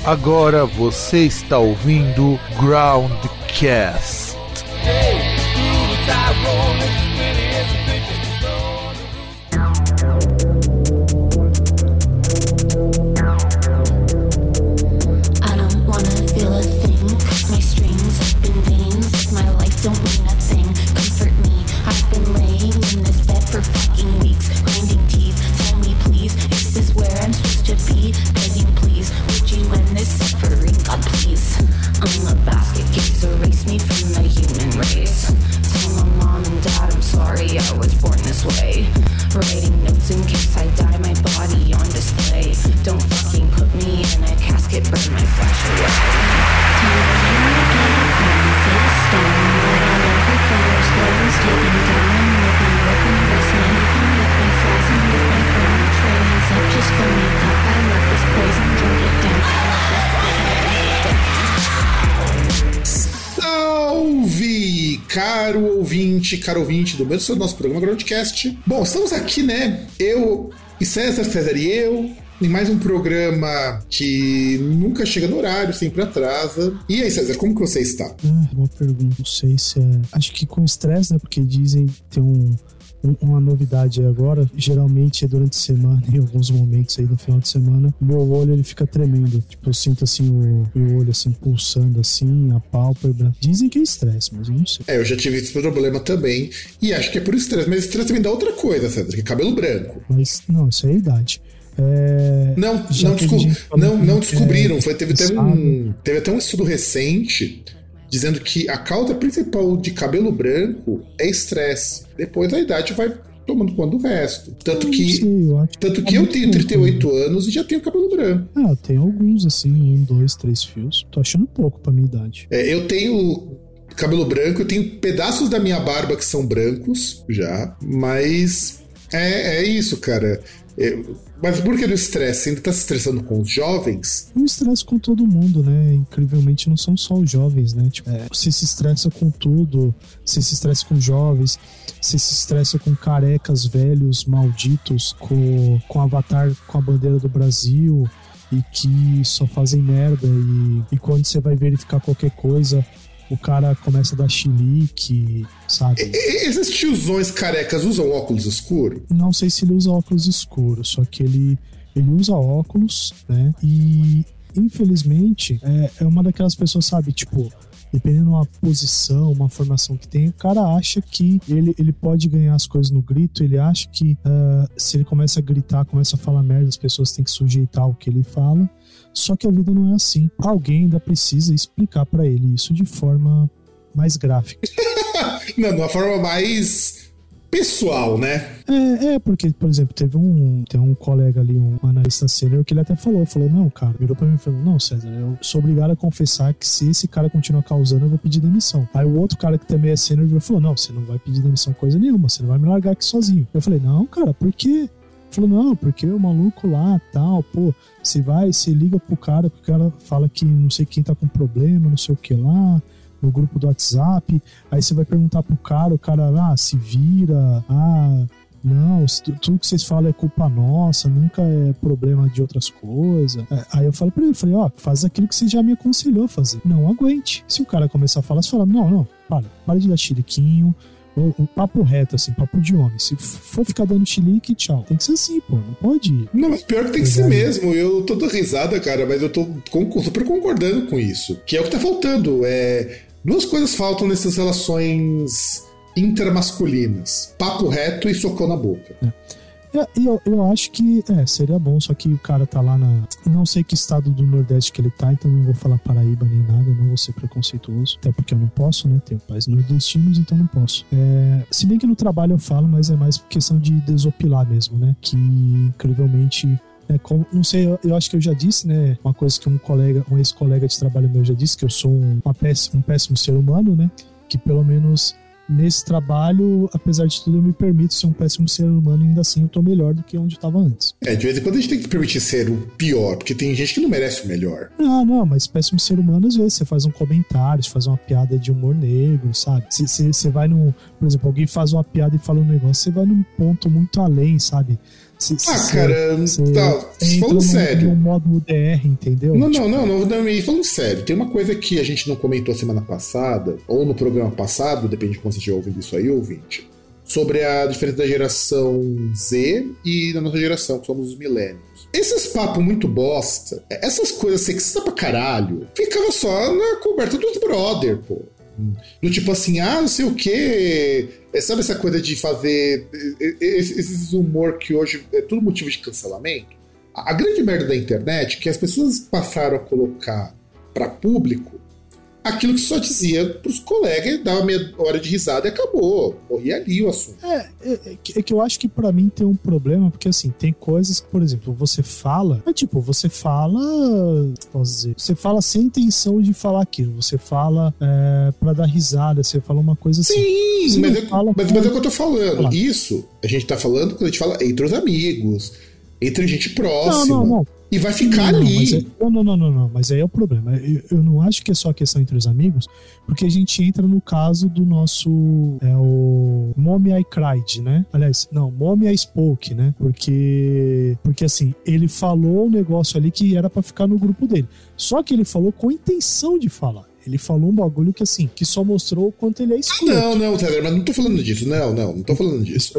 Agora você está ouvindo Groundcast. Caro ouvinte do mesmo nosso programa Groundcast. Bom, estamos aqui, né? Eu e César e eu, em mais um programa que nunca chega no horário, sempre atrasa. E aí, César, como que você está? Boa pergunta. Não sei se é... Acho que com estresse, né? Porque dizem que tem uma novidade aí agora, geralmente é durante a semana, em alguns momentos aí no final de semana, meu olho ele fica tremendo. Tipo, eu sinto assim o meu olho assim pulsando assim, a pálpebra. Dizem que é estresse, mas eu não sei. Eu já tive esse problema também e acho que é por estresse, mas estresse também dá outra coisa, César, que é cabelo branco. Mas não, isso é a idade. Não descobriram. Teve até um estudo recente dizendo que a causa principal de cabelo branco é estresse. Depois a idade vai tomando conta do resto. Tanto que eu tenho 38 anos e já tenho cabelo branco. Tem alguns, assim, 1, 2, 3 fios. Tô achando pouco pra minha idade. Eu tenho cabelo branco, eu tenho pedaços da minha barba que são brancos já, mas é isso, cara. Mas por que do estresse? Você ainda tá se estressando com os jovens? Eu me estresso com todo mundo, né? Incrivelmente não são só os jovens, né? Tipo, você se estressa com tudo, você se estressa com jovens, você se estressa com carecas velhos, malditos, com avatar com a bandeira do Brasil e que só fazem merda e quando você vai verificar qualquer coisa, o cara começa a dar chilique, sabe? Esses tiozões carecas usam óculos escuros? Não sei se ele usa óculos escuros, só que ele usa óculos, né? E, infelizmente, é uma daquelas pessoas, sabe? Tipo, dependendo de uma posição, uma formação que tem, o cara acha que ele pode ganhar as coisas no grito, ele acha que se ele começa a gritar, começa a falar merda, as pessoas têm que sujeitar o que ele fala. Só que a vida não é assim. Alguém ainda precisa explicar pra ele isso de forma mais gráfica. Não, de uma forma mais pessoal, né? Porque, por exemplo, tem um colega ali, um analista sênior, que ele até falou, não, cara, virou pra mim e falou, não, César, eu sou obrigado a confessar que se esse cara continuar causando, eu vou pedir demissão. Aí o outro cara que também é sênior falou, não, você não vai pedir demissão coisa nenhuma, você não vai me largar aqui sozinho. Eu falei, não, cara, por quê? Falou, não, porque o maluco lá, tal, pô, você liga pro cara, porque o cara fala que não sei quem tá com problema, não sei o que lá, no grupo do WhatsApp, aí você vai perguntar pro cara, o cara, se vira, não, tudo que vocês falam é culpa nossa, nunca é problema de outras coisas. Aí eu falei pra ele, faz aquilo que você já me aconselhou a fazer. Não aguente. Se o cara começar a falar, você fala, não, para de dar chiliquinho, um papo reto, assim, papo de homem. Se for ficar dando chilique, tchau. Tem que ser assim, pô, não pode ir. Não, mas pior que tem que ser mesmo. Eu tô dando risada, cara, mas eu tô super concordando com isso. Que é o que tá faltando. Duas coisas faltam nessas relações intermasculinas: papo reto e socão na boca. Eu acho que seria bom, só que o cara tá lá não sei que estado do Nordeste que ele tá, então não vou falar Paraíba nem nada, não vou ser preconceituoso, até porque eu não posso, né, tenho pais nordestinos, então não posso. Se bem que no trabalho eu falo, mas é mais questão de desopilar mesmo, né, que incrivelmente... não sei, eu acho que eu já disse, né, uma coisa que um ex-colega de trabalho meu já disse, que eu sou um péssimo ser humano, né, que pelo menos nesse trabalho, apesar de tudo, eu me permito ser um péssimo ser humano e ainda assim eu tô melhor do que onde eu tava antes. De vez em quando a gente tem que permitir ser o pior, porque tem gente que não merece o melhor. Não, mas péssimo ser humano, às vezes você faz um comentário, você faz uma piada de humor negro, sabe? Você vai por exemplo, alguém faz uma piada e fala um negócio, você vai num ponto muito além, sabe? Cara, falando sério. No modo DR, entendeu? Não, falando sério, tem uma coisa que a gente não comentou semana passada, ou no programa passado, depende de quando você estiver ouvindo isso aí, ouvinte, sobre a diferença da geração Z e da nossa geração, que somos os millennials. Esses papos muito bosta, essas coisas sexistas pra caralho, ficava só na coberta dos brother, pô. Do tipo assim, não sei o quê. Sabe essa coisa de fazer esses humor que hoje é tudo motivo de cancelamento? A grande merda da internet é que as pessoas passaram a colocar pra público aquilo que só dizia pros colegas, dava meia hora de risada e acabou. Morria ali o assunto. É que eu acho que pra mim tem um problema, porque assim, tem coisas que, por exemplo, você fala, você fala, posso dizer, você fala sem intenção de falar aquilo, você fala pra dar risada, você fala uma coisa assim. Sim, mas é o que eu tô falando. Isso a gente tá falando quando a gente fala entre os amigos, entre gente próxima. Não. E vai ficar ali. Mas aí é o problema. Eu não acho que é só questão entre os amigos, porque a gente entra no caso do nosso o Mommy I Cried, né? Aliás, não, Mommy I Spoke, né? Porque assim, ele falou um negócio ali que era pra ficar no grupo dele. Só que ele falou com intenção de falar. Ele falou um bagulho que assim, que só mostrou o quanto ele é escroto. Não, César, mas não tô falando disso. Não tô falando disso.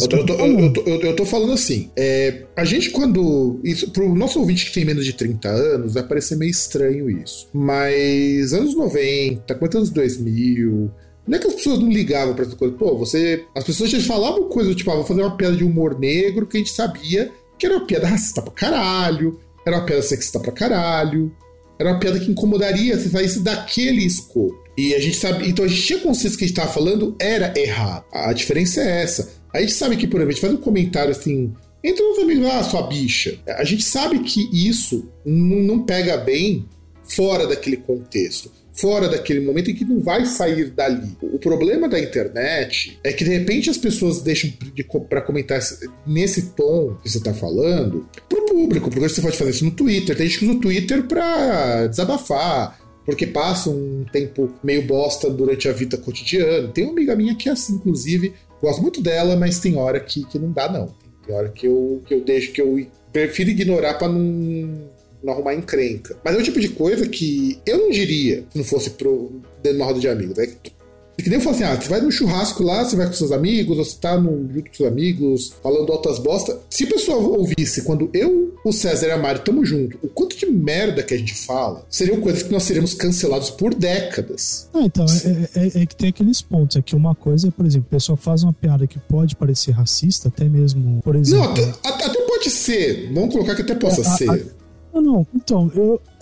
Eu tô falando assim. A gente quando... Pro nosso ouvinte que tem menos de 30 anos, vai parecer meio estranho isso. Mas anos 90, quantos anos 2000... Não é que as pessoas não ligavam pra essa coisa. Pô, as pessoas já falavam coisa tipo, vou fazer uma piada de humor negro, que a gente sabia que era uma piada racista pra caralho, era uma piada sexista pra caralho. Era uma piada que incomodaria se saísse daquele escopo. E a gente sabe... Então a gente tinha consciência que a gente estava falando era errado. A diferença é essa. A gente sabe que, por exemplo, a gente faz um comentário assim... Entre os amigos, sua bicha. A gente sabe que isso não pega bem fora daquele contexto. Fora daquele momento em que não vai sair dali. O problema da internet é que, de repente, as pessoas deixam para comentar nesse tom que você tá falando pro público, porque você pode fazer isso no Twitter. Tem gente que usa o Twitter pra desabafar, porque passa um tempo meio bosta durante a vida cotidiana. Tem uma amiga minha que é assim, inclusive, gosto muito dela, mas tem hora que não dá, não. Tem hora que eu deixo, que eu prefiro ignorar pra não arrumar encrenca. Mas é o tipo de coisa que eu não diria se não fosse dentro de uma roda de amigos. Que nem eu falo assim, você vai no churrasco lá, você vai com seus amigos, ou você tá junto com seus amigos, falando altas bosta. Se o pessoal ouvisse quando eu, o César e a Mari tamo junto, o quanto de merda que a gente fala, seriam coisas que nós seríamos cancelados por décadas. Então, é que tem aqueles pontos. É que uma coisa, por exemplo, a pessoa faz uma piada que pode parecer racista, até mesmo, por exemplo... Não, até pode ser. Vamos colocar que até possa ser. Não, então,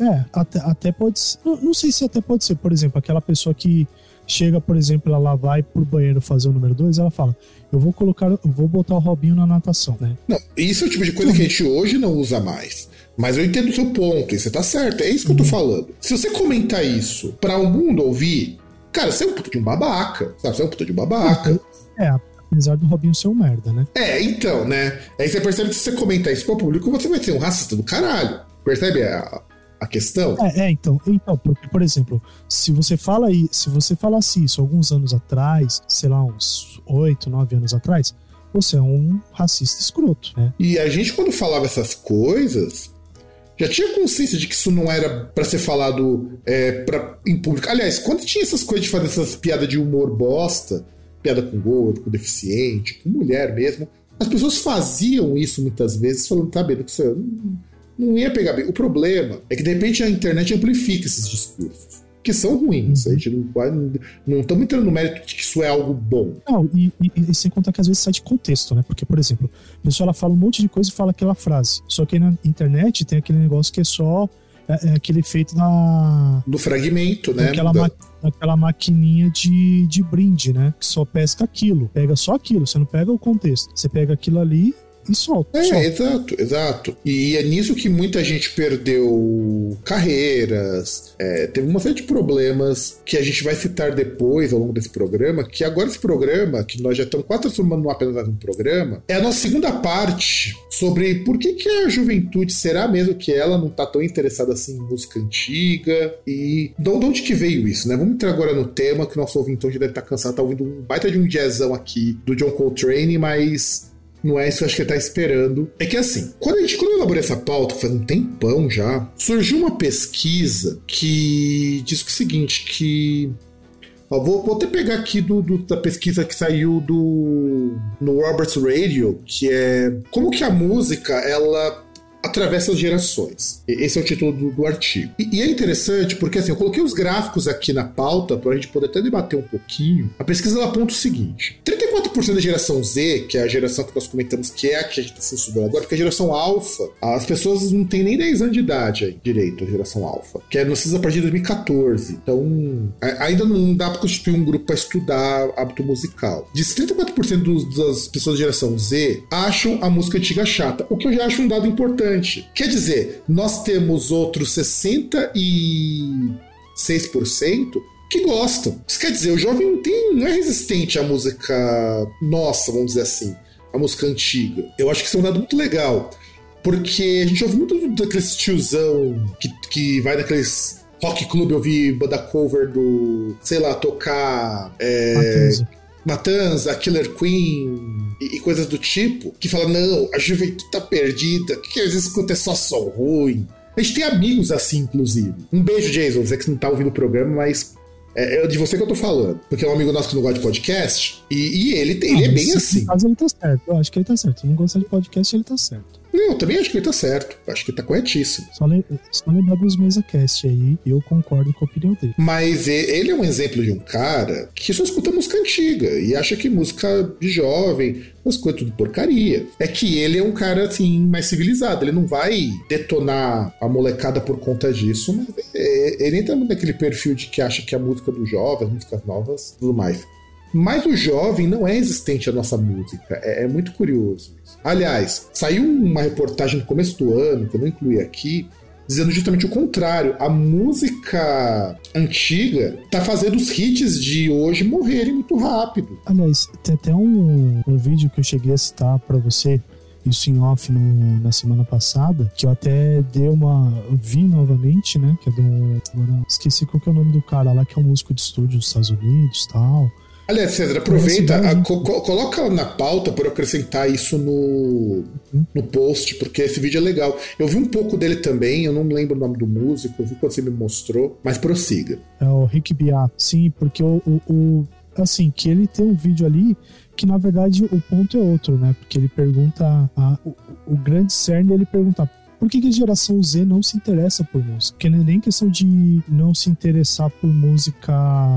até pode ser. Não sei se até pode ser, por exemplo, aquela pessoa que chega, por exemplo, ela vai pro banheiro fazer o número 2, ela fala, eu vou botar o Robinho na natação, né? Não, isso é o tipo de coisa que a gente hoje não usa mais. Mas eu entendo o seu ponto, e você tá certo, é isso que eu tô falando. Se você comentar isso pra um mundo ouvir, cara, você é um puto de um babaca, sabe? Você é um puto de um babaca. Apesar do Robinho ser um merda, né? Então, né? Aí você percebe que se você comentar isso pro público, você vai ser um racista do caralho. Percebe a questão? Então, porque, por exemplo, se você falasse isso alguns anos atrás, sei lá, uns 8, 9 anos atrás, você é um racista escroto, né? E a gente, quando falava essas coisas, já tinha consciência de que isso não era pra ser falado em público. Aliás, quando tinha essas coisas de fazer essas piadas de humor bosta, piada com gordo, com deficiente, com mulher mesmo, as pessoas faziam isso muitas vezes, falando, tá vendo que isso não ia pegar bem. O problema é que, de repente, a internet amplifica esses discursos, que são ruins. A gente não estamos entrando no mérito de que isso é algo bom. Não, e sem contar que às vezes sai de contexto, né? Porque, por exemplo, a pessoa ela fala um monte de coisa e fala aquela frase. Só que aí na internet tem aquele negócio que é só aquele efeito do fragmento, né? Aquela maquininha de brinde, né? Que só pesca aquilo. Pega só aquilo, você não pega o contexto. Você pega aquilo ali e solta. Exato. E é nisso que muita gente perdeu carreiras, teve uma série de problemas que a gente vai citar depois ao longo desse programa, que agora esse programa, que nós já estamos quase transformando apenas mais um programa, é a nossa segunda parte sobre por que a juventude, será mesmo que ela não tá tão interessada assim em música antiga, e de onde que veio isso, né? Vamos entrar agora no tema, que o nosso ouvinte já deve estar cansado, tá ouvindo um baita de um jazzão aqui do John Coltrane, mas Não é isso que eu acho que ele tá esperando. É que assim, quando eu elaborei essa pauta, faz um tempão já, surgiu uma pesquisa que diz o seguinte, que... Ó, vou até pegar aqui da pesquisa que saiu no Roberts Radio, que é como que a música, ela atravessa as gerações. Esse é o título do artigo. E é interessante porque, assim, eu coloquei os gráficos aqui na pauta pra gente poder até debater um pouquinho. A pesquisa ela aponta o seguinte: 34% da geração Z, que é a geração que nós comentamos que é a que a gente está estudando agora, porque a geração alfa, as pessoas não têm nem 10 anos de idade aí, direito, a geração alfa, que é nascida a partir de 2014. Então, ainda não dá pra constituir um grupo pra estudar hábito musical. De 34% das pessoas da geração Z acham a música antiga chata, o que eu já acho um dado importante. Quer dizer, nós temos outros 66% que gostam. Isso quer dizer, o jovem não é resistente à música nossa, vamos dizer assim, a música antiga. Eu acho que isso é um dado muito legal, porque a gente ouve muito daqueles tiozão que vai naqueles rock club ouvir banda cover do, sei lá, tocar Matanza, Killer Queen e coisas do tipo, que fala, não, a juventude tá perdida, que às vezes escuta é só som ruim. A gente tem amigos assim, inclusive. Um beijo, Jason, você que não tá ouvindo o programa, mas é de você que eu tô falando. Porque é um amigo nosso que não gosta de podcast, e ele é bem assim. Mas ele tá certo, eu acho que ele tá certo. Se não gostar de podcast, ele tá certo. Não, eu também acho que ele tá certo. Acho que ele tá corretíssimo. Só lembrar dos MesaCast aí, eu concordo com a opinião dele. Mas ele é um exemplo de um cara que só escuta música antiga e acha que música de jovem, as coisas tudo porcaria. É que ele é um cara, assim, mais civilizado. Ele não vai detonar a molecada por conta disso, mas ele entra naquele perfil de que acha que a música do jovem, as músicas novas, tudo mais. Mas o jovem não é resistente à nossa música. É muito curioso isso. Aliás, saiu uma reportagem no começo do ano, que eu não incluí aqui, dizendo justamente o contrário. A música antiga tá fazendo os hits de hoje morrerem muito rápido. Aliás, tem até um vídeo que eu cheguei a citar pra você, isso em off na semana passada, que eu até vi novamente, né, que é agora esqueci qual que é o nome do cara lá, que é um músico de estúdio dos Estados Unidos e tal. Aliás, César, aproveita, coloca na pauta para eu acrescentar isso no post, porque esse vídeo é legal. Eu vi um pouco dele também, eu não lembro o nome do músico, eu vi quando você me mostrou, mas prossiga. É o Rick Beato, sim, porque assim, que ele tem um vídeo ali que, na verdade, o ponto é outro, né? Porque ele pergunta, o grande cerne, ele pergunta, por que a geração Z não se interessa por música? Porque não é nem questão de não se interessar por música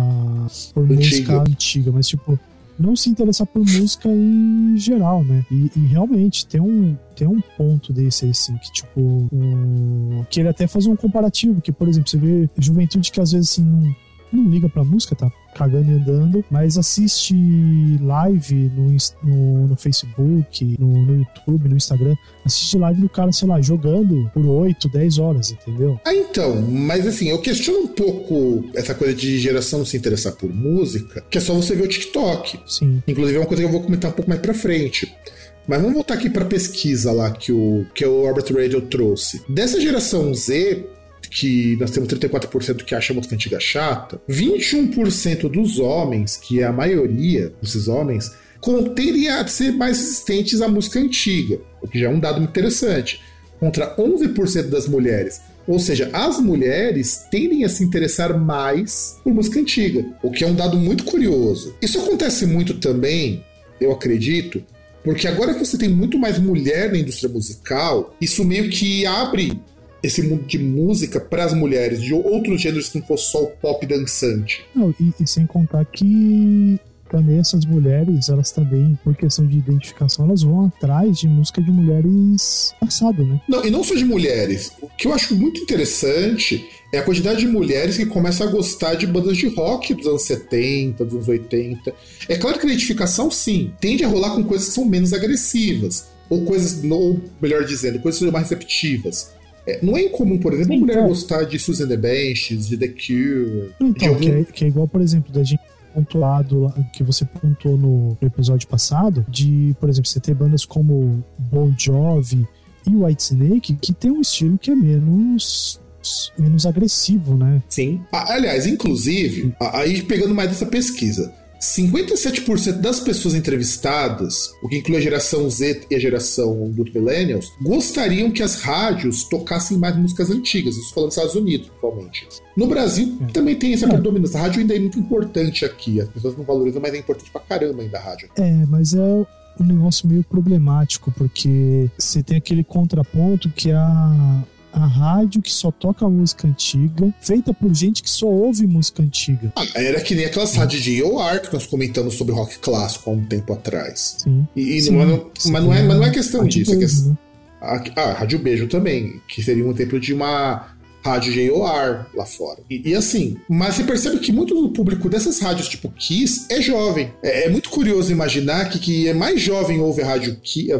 antiga, mas tipo, não se interessar por música em geral, né? E realmente tem um ponto desse assim, que tipo, que ele até faz um comparativo, que, por exemplo, você vê juventude que às vezes assim não liga pra música, tá cagando e andando, mas assiste live no Facebook, no YouTube, no Instagram, assiste live do cara, sei lá, jogando por 8, 10 horas, entendeu? Então, mas assim, eu questiono um pouco essa coisa de geração não se interessar por música, que é só você ver o TikTok. Sim. Inclusive é uma coisa que eu vou comentar um pouco mais pra frente. Mas vamos voltar aqui pra pesquisa lá que o Robert Radio trouxe. Dessa geração Z, que nós temos 34% que acham a música antiga chata, 21% dos homens, que é a maioria desses homens, tendem a ser mais resistentes à música antiga, o que já é um dado muito interessante, contra 11% das mulheres. Ou seja, as mulheres tendem a se interessar mais por música antiga, o que é um dado muito curioso. Isso acontece muito também, eu acredito, porque agora que você tem muito mais mulher na indústria musical, isso meio que abre esse mundo de música para as mulheres, de outros gêneros que não fosse só o pop dançante. Não, e sem contar que também essas mulheres, elas também, por questão de identificação, elas vão atrás de música de mulheres passado, né? Não, e não só de mulheres. O que eu acho muito interessante é a quantidade de mulheres que começam a gostar de bandas de rock dos anos 70, dos anos 80. É claro que a identificação, sim, tende a rolar com coisas que são menos agressivas, ou melhor dizendo, coisas que são mais receptivas. Não é incomum, por exemplo, a mulher gostar de Susan the Benches, de The Cure. Então, que é igual, por exemplo, da gente pontuado, que você pontuou no episódio passado, de, por exemplo, você ter bandas como Bon Jovi e Whitesnake, que tem um estilo que é menos agressivo, né? Sim. Aliás, inclusive, aí pegando mais dessa pesquisa, 57% das pessoas entrevistadas, o que inclui a geração Z e a geração dos millennials, gostariam que as rádios tocassem mais músicas antigas, isso falando dos Estados Unidos, principalmente. No Brasil também tem essa predominância. A rádio ainda é muito importante aqui, as pessoas não valorizam, mas é importante pra caramba ainda a rádio. Mas é um negócio meio problemático, porque você tem aquele contraponto que a rádio que só toca música antiga, feita por gente que só ouve música antiga. Era que nem aquelas rádios de EOR que nós comentamos sobre rock clássico há um tempo atrás. Sim. Mas não é questão disso. Beijo, né? A Rádio Beijo também, que seria um exemplo de uma rádio de EOR lá fora. E assim, mas você percebe que muito do público dessas rádios tipo Kiss é jovem. É muito curioso imaginar que é mais jovem ouve a rádio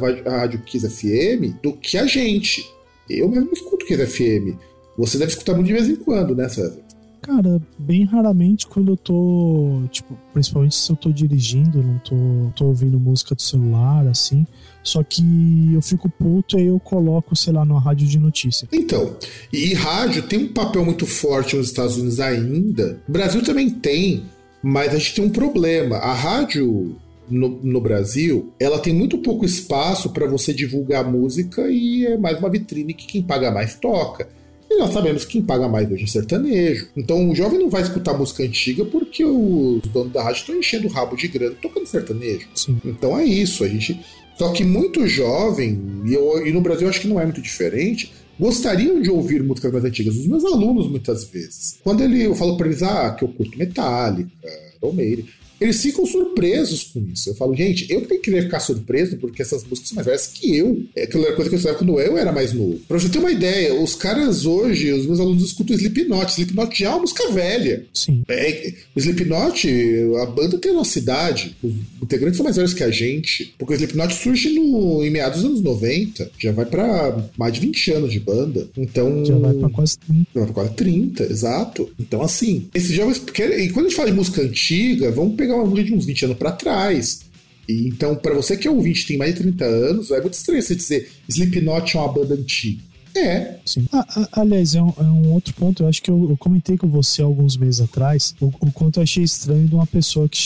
Kiss FM do que a gente. Eu mesmo escuto Kiss FM. Você deve escutar muito de vez em quando, né, César? Cara, bem raramente quando eu tô, principalmente se eu tô dirigindo, não tô ouvindo música do celular, assim. Só que eu fico puto e eu coloco, sei lá, numa rádio de notícia. Então, e rádio tem um papel muito forte nos Estados Unidos ainda. O Brasil também tem, mas a gente tem um problema. A rádio no Brasil, ela tem muito pouco espaço para você divulgar música e é mais uma vitrine que quem paga mais toca. E nós sabemos que quem paga mais hoje é sertanejo. Então o jovem não vai escutar música antiga porque os donos da rádio estão enchendo o rabo de grana tocando sertanejo. Sim. Então é isso, Só que muito jovem, e no Brasil eu acho que não é muito diferente, gostariam de ouvir músicas mais antigas. Os meus alunos, muitas vezes. Quando eu falo para eles que eu curto Metallica, Iron Maiden, eles ficam surpresos com isso. Eu falo, gente, eu tenho que ficar surpreso porque essas músicas são mais velhas que eu. É aquela coisa que eu estudava quando eu era mais novo. Pra você ter uma ideia, os caras hoje, os meus alunos escutam Slipknot. Slipknot já é uma música velha. Sim. O Slipknot, a banda tem a nossa idade. Os integrantes são mais velhos que a gente. Porque o Slipknot surge em meados dos anos 90. Já vai pra mais de 20 anos de banda. Então... Já vai pra quase 30. Já vai pra quase 30, exato. Então, assim, esses jovens... E quando a gente fala de música antiga, vamos pegar uma música de uns 20 anos pra trás. E então, pra você que é ouvinte tem mais de 30 anos, é muito estranho você dizer Slipknot é uma banda antiga. É. Sim. Aliás, é um outro ponto. Eu acho que eu comentei com você alguns meses atrás o quanto eu achei estranho de uma pessoa que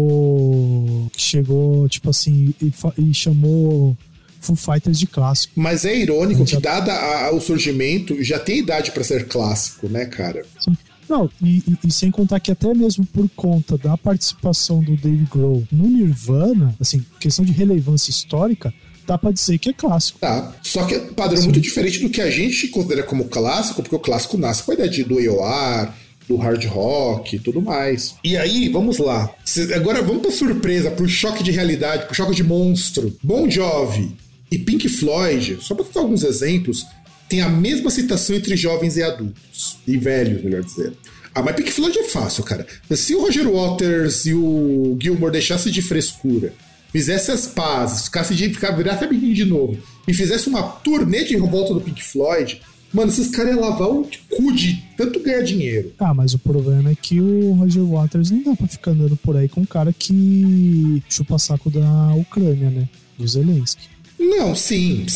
chegou tipo assim, e chamou Foo Fighters de clássico. Mas é irônico que, dada o surgimento, já tem idade pra ser clássico, né, cara? Sim. Não, e sem contar que até mesmo por conta da participação do Dave Grohl no Nirvana, assim, questão de relevância histórica, dá pra dizer que é clássico. Tá, só que é padrão muito diferente do que a gente considera como clássico, porque o clássico nasce com a ideia do EOR, do hard rock e tudo mais. E aí, vamos lá. Agora vamos pra surpresa, pro choque de realidade, pro choque de monstro. Bon Jovi e Pink Floyd, só pra citar alguns exemplos, tem a mesma citação entre jovens e adultos. E velhos, melhor dizer. Mas Pink Floyd é fácil, cara. Se o Roger Waters e o Gilmour deixassem de frescura, fizesse as pazes, virasse amiguinho de novo, e fizesse uma turnê de volta do Pink Floyd, mano, esses caras iam lavar o cu de tanto ganhar dinheiro. Mas o problema é que o Roger Waters não dá pra ficar andando por aí com um cara que chupa saco da Ucrânia, né? Do Zelensky. Não, sim.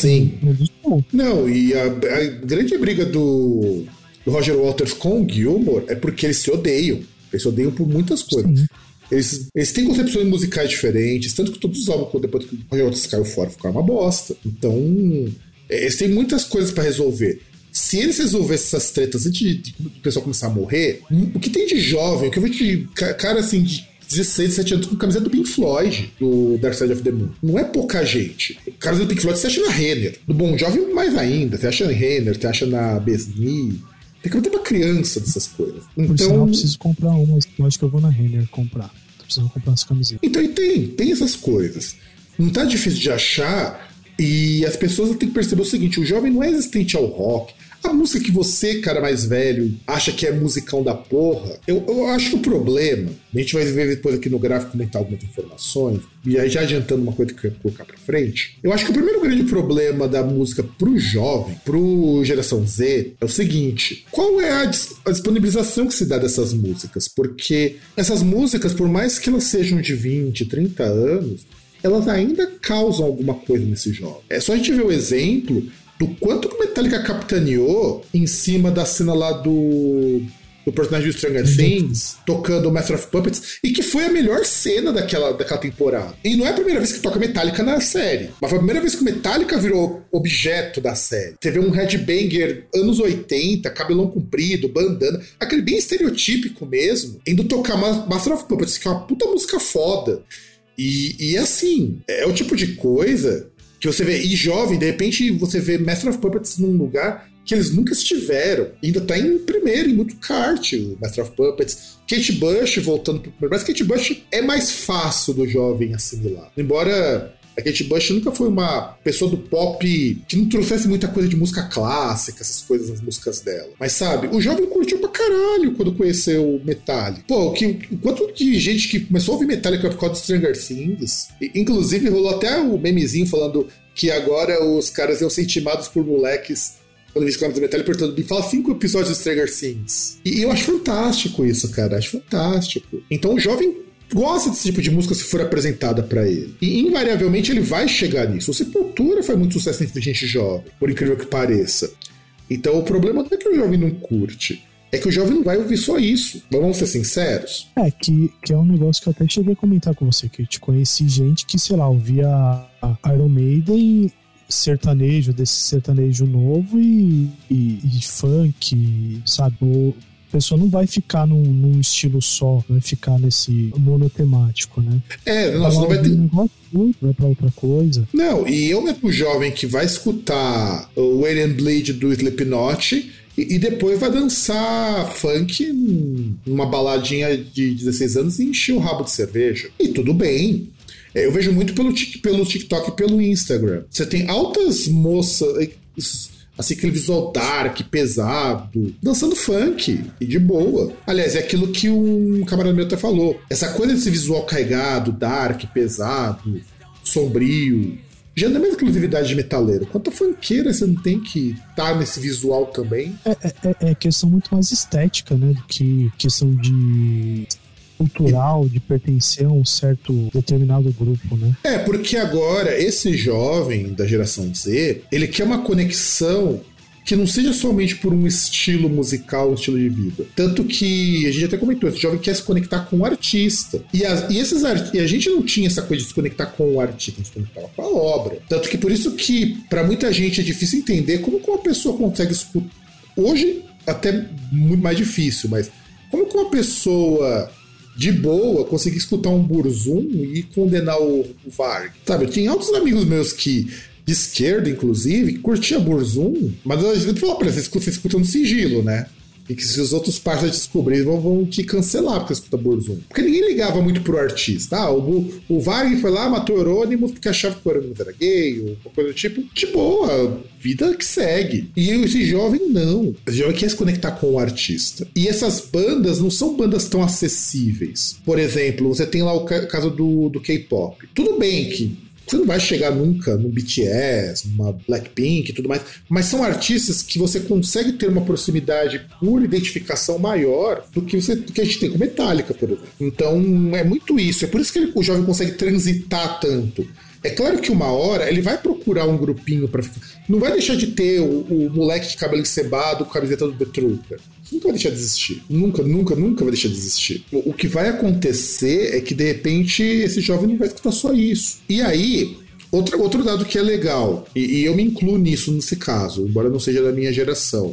Não, e a grande briga do Roger Waters com o Gilmour é porque eles se odeiam. Eles se odeiam por muitas coisas. Eles têm concepções musicais diferentes, tanto que todos os álbuns, depois que o Roger Waters caiu fora, ficaram uma bosta. Então, eles têm muitas coisas pra resolver. Se eles resolvessem essas tretas antes de o pessoal começar a morrer, o que tem de jovem, o que eu vejo de cara assim, de 16, 17 anos com camiseta do Pink Floyd, do Dark Side of the Moon. Não é pouca gente. O cara do Pink Floyd você acha na Renner. Do Bon Jovi mais ainda. Você acha na Renner, você acha na Besni. Tem que meter pra criança dessas coisas. Por sinal, eu preciso comprar umas. Eu acho que eu vou na Renner comprar. Tô precisando comprar umas camisetas. Então, tem essas coisas. Não tá difícil de achar. E as pessoas têm que perceber o seguinte: o jovem não é resistente ao rock. A música que você, cara mais velho, acha que é musicão da porra, eu acho que o problema, a gente vai ver depois aqui no gráfico comentar algumas informações, e aí já adiantando uma coisa que eu ia colocar pra frente, eu acho que o primeiro grande problema da música pro jovem, pro geração Z, é o seguinte: qual é a disponibilização que se dá dessas músicas? Porque essas músicas, por mais que elas sejam de 20, 30 anos, elas ainda causam alguma coisa nesse jovem. É só a gente ver o exemplo do quanto que o Metallica capitaneou em cima da cena lá do do personagem do Stranger Things, tocando Master of Puppets, e que foi a melhor cena daquela temporada. E não é a primeira vez que toca Metallica na série, mas foi a primeira vez que Metallica virou objeto da série. Teve um headbanger anos 80, cabelão comprido, bandana, aquele bem estereotípico mesmo, indo tocar Master of Puppets, que é uma puta música foda. E assim, é o tipo de coisa que você vê, e jovem, de repente você vê Master of Puppets num lugar que eles nunca estiveram. Ainda tá em primeiro, em muito kart, o Master of Puppets. Kate Bush voltando pro primeiro, mas Kate Bush é mais fácil do jovem assimilar. Embora a Kate Bush nunca foi uma pessoa do pop que não trouxesse muita coisa de música clássica, essas coisas nas músicas dela. Mas sabe, o jovem curtiu pra caralho quando conheceu Metallica. Pô, o quanto de gente que começou a ouvir Metallica por causa de Stranger Things, inclusive rolou até o memezinho falando que agora os caras iam ser intimados por moleques quando eles ficam no Metallica perguntando, me fala 5 episódios de Stranger Things. E eu acho fantástico isso, cara, acho fantástico. Então o jovem gosta desse tipo de música se for apresentada pra ele. E invariavelmente ele vai chegar nisso. O Sepultura faz muito sucesso entre gente jovem, por incrível que pareça. Então o problema não é que o jovem não curte, é que o jovem não vai ouvir só isso. Vamos ser sinceros? Que é um negócio que eu até cheguei a comentar com você, que eu te conheci gente que, sei lá, ouvia a Iron Maiden sertanejo, desse sertanejo novo e funk, sabe? A pessoa não vai ficar num estilo só, vai ficar nesse monotemático, né? Não vai ter... vai pra outra coisa. Não, e eu mesmo jovem que vai escutar o Wait and Bleed do Slipknot e depois vai dançar funk numa baladinha de 16 anos e encher o rabo de cerveja. E tudo bem. Eu vejo muito pelo TikTok e pelo Instagram. Você tem altas moças, assim, aquele visual dark, pesado, dançando funk, e de boa. Aliás, é aquilo que um camarada meu até falou. Essa coisa desse visual carregado, dark, pesado, sombrio, já não é mais exclusividade de metaleiro. Quanta funkeira você não tem que estar nesse visual também? É questão muito mais estética, né, do que questão de... cultural, de pertencer a um certo determinado grupo, né? Porque agora esse jovem da geração Z, ele quer uma conexão que não seja somente por um estilo musical, um estilo de vida. Tanto que, a gente até comentou, esse jovem quer se conectar com o artista. E a gente não tinha essa coisa de se conectar com o artista, a gente se conectava com a obra. Tanto que por isso que, pra muita gente, é difícil entender como uma pessoa consegue escutar. Hoje, até muito mais difícil, mas como que uma pessoa de boa conseguir escutar um Burzum e condenar o Varg? Sabe, eu tinha outros amigos meus que, de esquerda inclusive, que curtia Burzum, mas a gente falou pra eles, você escuta no sigilo, né? E que se os outros parceiros descobrirem, vão te cancelar porque você escuta Burzum. Porque ninguém ligava muito pro artista. O Varg foi lá, matou o Euronymous porque achava que o Euronymous era gay, ou uma coisa do tipo. De boa, vida que segue. E esse jovem não. Esse jovem quer se conectar com o artista. E essas bandas não são bandas tão acessíveis. Por exemplo, você tem lá o caso do K-pop. Tudo bem que você não vai chegar nunca no BTS, numa Blackpink e tudo mais, mas são artistas que você consegue ter uma proximidade por identificação maior do que a gente tem com Metallica, por exemplo. Então é muito isso, é por isso que o jovem consegue transitar tanto. É claro que uma hora ele vai procurar um grupinho pra ficar. Não vai deixar de ter o moleque de cabelo encebado com a camiseta do The Trooper. Isso nunca vai deixar de existir. Nunca vai deixar de existir. O que vai acontecer é que, de repente, esse jovem não vai escutar só isso. E aí, outro dado que é legal, e eu me incluo nisso nesse caso, embora não seja da minha geração,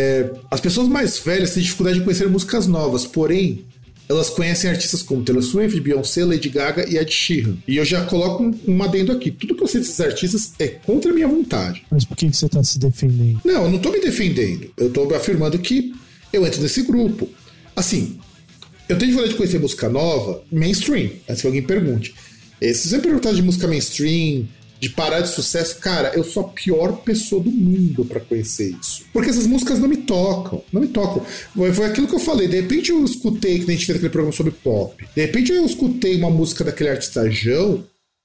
as pessoas mais velhas têm dificuldade de conhecer músicas novas, porém, elas conhecem artistas como Taylor Swift, Beyoncé, Lady Gaga e Ed Sheeran. E eu já coloco um adendo aqui. Tudo que eu sei desses artistas é contra a minha vontade. Mas por que você tá se defendendo? Não, eu não tô me defendendo. Eu tô afirmando que eu entro nesse grupo. Assim, eu tenho dificuldade de conhecer música nova, mainstream. Antes que alguém pergunte. Se você perguntar de música mainstream, de parar de sucesso, cara, eu sou a pior pessoa do mundo pra conhecer isso. Porque essas músicas não me tocam. Não me tocam. Foi aquilo que eu falei. De repente eu escutei, que a gente fez aquele programa sobre pop. De repente eu escutei uma música daquele artista Jão.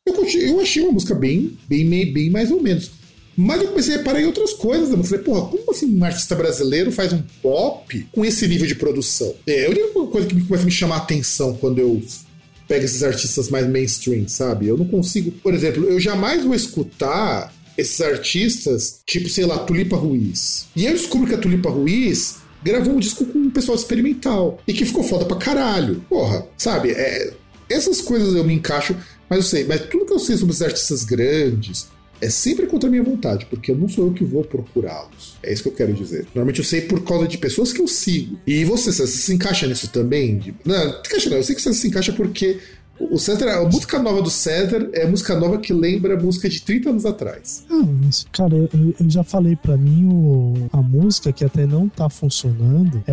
Eu achei uma música bem mais ou menos. Mas eu comecei a reparar em outras coisas. Eu falei, porra, como assim um artista brasileiro faz um pop com esse nível de produção? É a única coisa que começa a me chamar a atenção quando eu pega esses artistas mais mainstream, sabe? Eu não consigo... Por exemplo, eu jamais vou escutar esses artistas, tipo, sei lá, Tulipa Ruiz. E eu descubro que a Tulipa Ruiz gravou um disco com um pessoal experimental e que ficou foda pra caralho. Porra, sabe? Essas coisas eu me encaixo, mas eu sei, mas tudo que eu sei sobre os artistas grandes é sempre contra a minha vontade, porque não sou eu que vou procurá-los. É isso que eu quero dizer. Normalmente eu sei por causa de pessoas que eu sigo. E você se encaixa nisso também? Não, eu sei que você se encaixa porque o César, a música nova do César é a música nova que lembra a música de 30 anos atrás. Mas, cara, eu já falei, pra mim a música que até não tá funcionando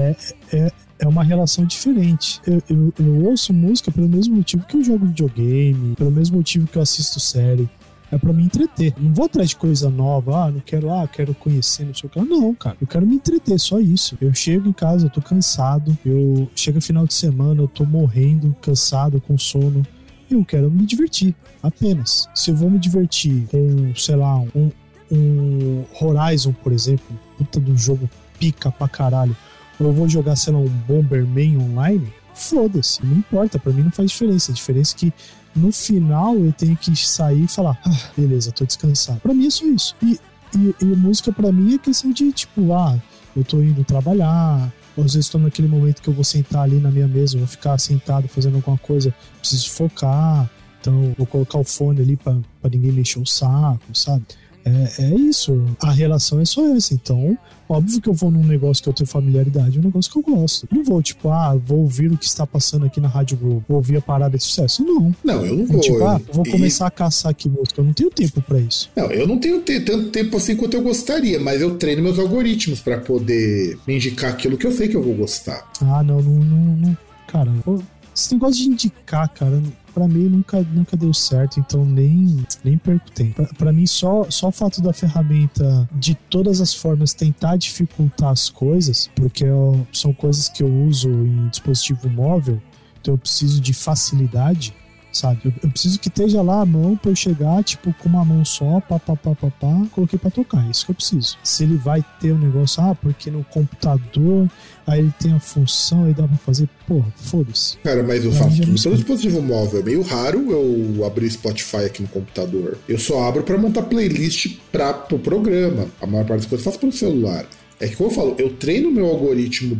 é uma relação diferente. Eu ouço música pelo mesmo motivo que eu jogo videogame, pelo mesmo motivo que eu assisto série. É pra me entreter. Não vou atrás de coisa nova. Não quero, quero conhecer, não sei o que. Não, cara. Eu quero me entreter, só isso. Eu chego em casa, eu tô cansado. Chega final de semana, eu tô morrendo, cansado, com sono. Eu quero me divertir, apenas. Se eu vou me divertir com, sei lá, um Horizon, por exemplo, puta do jogo pica pra caralho, ou eu vou jogar, sei lá, um Bomberman online, foda-se, não importa, pra mim não faz diferença. A diferença é que no final eu tenho que sair e falar, beleza, tô descansado. Pra mim é só isso. E música pra mim é questão de, tipo, eu tô indo trabalhar, ou às vezes tô naquele momento que eu vou sentar ali na minha mesa, eu vou ficar sentado fazendo alguma coisa, preciso focar, então vou colocar o fone ali pra ninguém mexer o saco, sabe? É isso, a relação é só essa. Então, óbvio que eu vou num negócio que eu tenho familiaridade, um negócio que eu gosto. Não vou, tipo, vou ouvir o que está passando aqui na Rádio Globo, vou ouvir a parada de sucesso. Não, eu não vou. Tipo, vou começar a caçar aqui música. Eu não tenho tempo pra isso. Não, eu não tenho tanto tempo assim quanto eu gostaria, mas eu treino meus algoritmos pra poder me indicar aquilo que eu sei que eu vou gostar. Não. Cara, esse negócio de indicar, cara, pra mim nunca deu certo, então nem perco tempo. Pra mim, só o fato da ferramenta de todas as formas tentar dificultar as coisas, porque são coisas que eu uso em dispositivo móvel, então eu preciso de facilidade, sabe? Eu preciso que esteja lá a mão pra eu chegar, tipo, com uma mão só, coloquei pra tocar, é isso que eu preciso. Se ele vai ter um negócio, porque no computador, aí ele tem a função, aí dá pra fazer, porra, foda-se. Cara, mas eu faço tudo pelo dispositivo móvel, é meio raro eu abrir Spotify aqui no computador. Eu só abro pra montar playlist pro programa. A maior parte das coisas eu faço pelo celular. É que, como eu falo, eu treino o meu algoritmo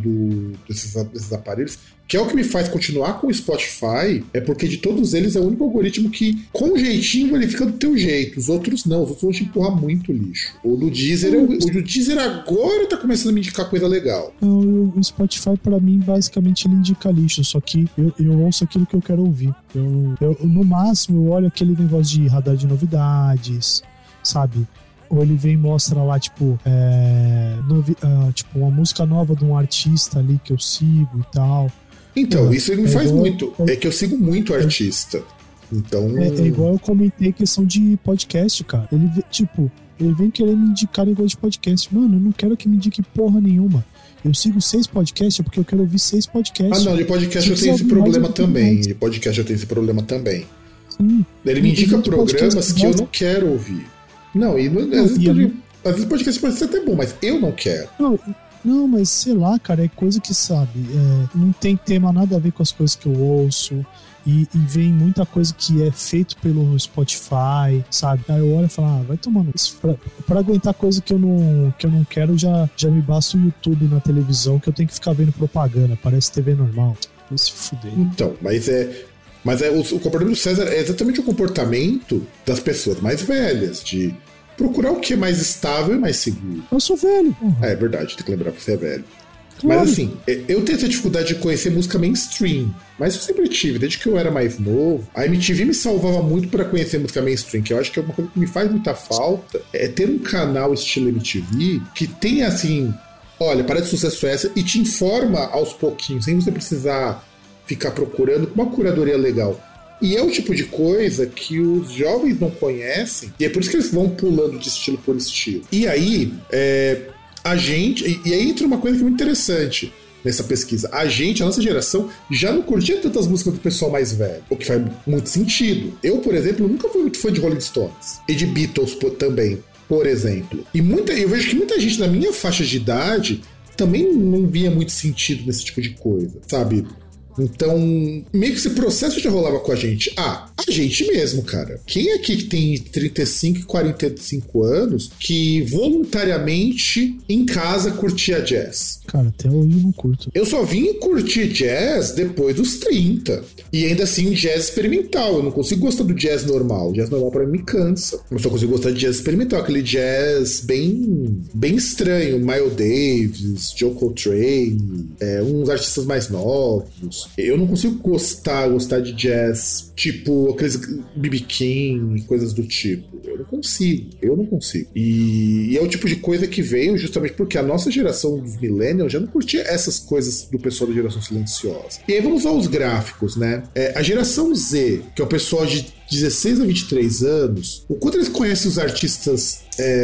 desses aparelhos, que é o que me faz continuar com o Spotify, é porque de todos eles é o único algoritmo que, com jeitinho, ele fica do teu jeito. Os outros não, os outros vão te empurrar muito lixo. O do Deezer, o Deezer agora tá começando a me indicar coisa legal. O Spotify, pra mim, basicamente, ele indica lixo, só que eu ouço aquilo que eu quero ouvir. No máximo, eu olho aquele negócio de radar de novidades, sabe? Ou ele vem e mostra lá, tipo, tipo, uma música nova de um artista ali que eu sigo e tal. Então, isso ele me faz muito. É que eu sigo muito artista. Então... É igual eu comentei questão de podcast, cara. Ele vem querer me indicar negócio de podcast. Mano, eu não quero que me indique porra nenhuma. Eu sigo 6 podcasts porque eu quero ouvir 6 podcasts. Não, de podcast eu tenho esse problema também. De podcast eu tenho esse problema também. Sim. Ele me indica programas que eu não quero ouvir. Às vezes podcast pode ser até bom, mas eu não quero. Não, mas sei lá, cara, é coisa que, sabe, não tem tema nada a ver com as coisas que eu ouço. E vem muita coisa que é feito pelo Spotify, sabe? Aí eu olho e falo, vai tomando isso. Pra aguentar coisa que eu não quero, já me basta o YouTube na televisão, que eu tenho que ficar vendo propaganda, parece TV normal. Vai se fuder. Então, mas o comportamento do César é exatamente o comportamento das pessoas mais velhas, de procurar o que é mais estável e mais seguro. Eu sou velho. É verdade, tem que lembrar que você é velho. Claro. Mas assim, eu tenho essa dificuldade de conhecer música mainstream, mas eu sempre tive, desde que eu era mais novo. A MTV me salvava muito pra conhecer música mainstream, que eu acho que é uma coisa que me faz muita falta, é ter um canal estilo MTV que tenha assim, olha, parece sucesso essa, e te informa aos pouquinhos, sem você precisar ficar procurando, com uma curadoria legal. E é o tipo de coisa que os jovens não conhecem, e é por isso que eles vão pulando de estilo por estilo. E aí, e aí entra uma coisa que é muito interessante nessa pesquisa. A nossa geração, já não curtia tantas músicas do pessoal mais velho, o que faz muito sentido. Eu, por exemplo, nunca fui muito fã de Rolling Stones, e de Beatles também, por exemplo. E eu vejo que muita gente na minha faixa de idade também não via muito sentido nesse tipo de coisa, sabe? Então, meio que esse processo já rolava com a gente. A gente mesmo, cara. Quem aqui que tem 35 e 45 anos que voluntariamente em casa curtia jazz? Cara, até hoje eu não curto. Eu só vim curtir jazz depois dos 30. E ainda assim, jazz experimental. Eu não consigo gostar do jazz normal. O jazz normal pra mim me cansa. Eu só consigo gostar de jazz experimental. Aquele jazz bem estranho. Miles Davis, Joe Coltrane, uns artistas mais novos. Eu não consigo gostar de jazz tipo aqueles B.B. King e coisas do tipo. Eu não consigo. E é o tipo de coisa que veio justamente porque a nossa geração dos millennials já não curtia essas coisas do pessoal da geração silenciosa. E aí vamos aos gráficos, né? A geração Z, que é o pessoal de 16 a 23 anos, o quanto eles conhecem os artistas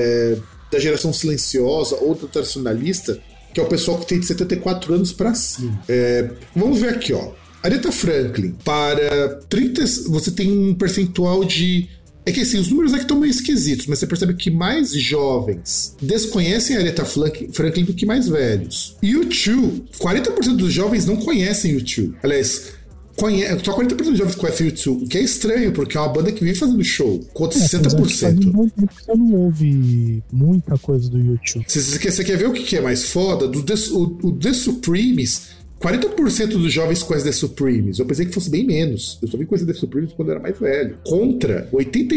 da geração silenciosa ou do tradicionalista, que é o pessoal que tem de 74 anos pra cima. Vamos ver aqui, ó. Aretha Franklin, para 30, você tem um percentual de... É que assim, os números aqui estão meio esquisitos, mas você percebe que mais jovens desconhecem a Aretha Franklin do que mais velhos. U2, 40% dos jovens não conhecem U2. Aliás, só 40% dos jovens conhecem U2, o que é estranho, porque é uma banda que vem fazendo show, contra 60%. Faz um bom tempo que eu não ouvi muita coisa do U2. Você quer ver o que é mais foda? O The Supremes, 40% dos jovens conhecem The Supremes. Eu pensei que fosse bem menos. Eu só vim conhecer The Supremes quando eu era mais velho. Contra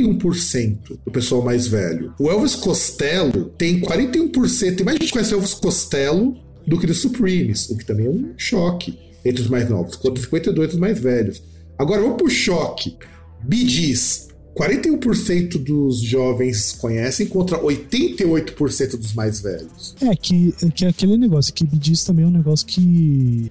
81% do pessoal mais velho. O Elvis Costello tem 41%. Tem mais gente que conhece Elvis Costello do que The Supremes, o que também é um choque entre os mais novos, contra 52% dos mais velhos. Agora vamos pro choque. Bee Gees, 41% dos jovens conhecem contra 88% dos mais velhos. Que é aquele negócio, que Bee Gees também é um negócio que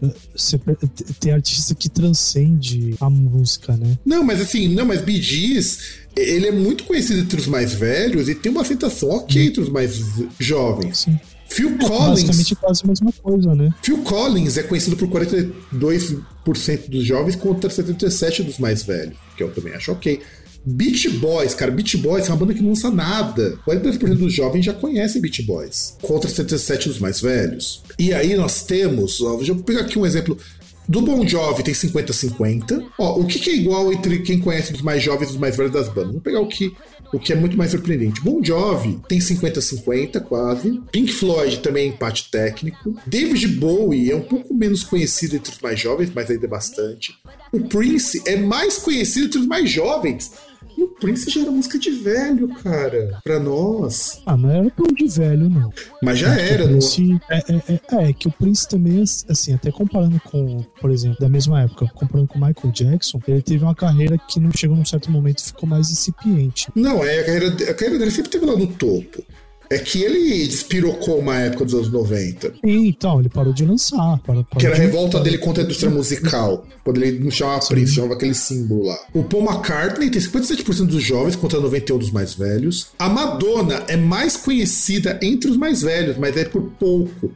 tem artista que transcende a música, né? Mas Bee Gees, ele é muito conhecido entre os mais velhos e tem uma aceitação entre os mais jovens. Sim. Phil Collins... Basicamente quase a mesma coisa, né? Phil Collins é conhecido por 42% dos jovens contra 77% dos mais velhos, que eu também acho ok. Beach Boys, cara, Beach Boys é uma banda que não lança nada. 42% dos jovens já conhecem Beach Boys, contra 77% dos mais velhos. E aí nós temos, deixa eu pegar aqui um exemplo. Do Bon Jovi tem 50-50. O que é igual entre quem conhece dos mais jovens e dos mais velhos das bandas? Vamos pegar o que é muito mais surpreendente. Bon Jovi tem 50-50 quase. Pink Floyd também é empate técnico. David Bowie é um pouco menos conhecido entre os mais jovens, mas ainda é bastante. O Prince é mais conhecido entre os mais jovens. E o Prince já era música de velho, cara, pra nós. Não era tão de velho, não. Mas já era, não? Que o Prince também, assim, até comparando com, por exemplo, da mesma época, comparando com o Michael Jackson, ele teve uma carreira que não chegou num certo momento e ficou mais incipiente. Não, a carreira dele sempre esteve lá no topo. É que ele despirocou uma época dos anos 90. Então, ele parou de lançar. Que era a revolta dele contra a indústria musical. Quando ele não chamava Prince, chamava aquele símbolo lá. O Paul McCartney tem 57% dos jovens contra 91% dos mais velhos. A Madonna é mais conhecida entre os mais velhos, mas é por pouco.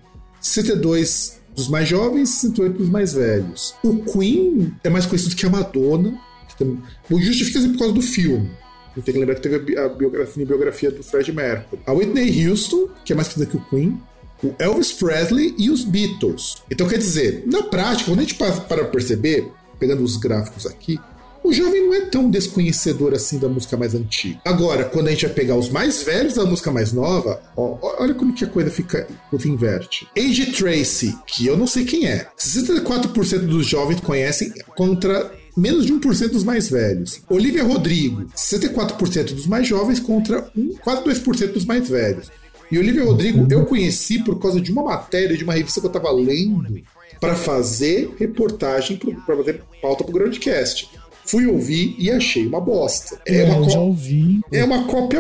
62% dos mais jovens, 68% dos mais velhos. O Queen é mais conhecido que a Madonna. O justifica por causa do filme. Tem que lembrar que teve a biografia do Freddie Mercury. A Whitney Houston, que é mais conhecida que o Queen. O Elvis Presley e os Beatles. Então, quer dizer, na prática, quando a gente para perceber, pegando os gráficos aqui, o jovem não é tão desconhecedor assim da música mais antiga. Agora, quando a gente vai pegar os mais velhos da música mais nova, olha como que a coisa inverte. A.J. Tracey, que eu não sei quem é. 64% dos jovens conhecem contra menos de 1% dos mais velhos. Olivia Rodrigo, 64% dos mais jovens contra quase 2% dos mais velhos. E Olivia Rodrigo eu conheci por causa de uma matéria de uma revista que eu estava lendo para fazer reportagem, para fazer pauta para o Groundcast. Fui ouvir e achei uma bosta. Já ouvi. É uma cópia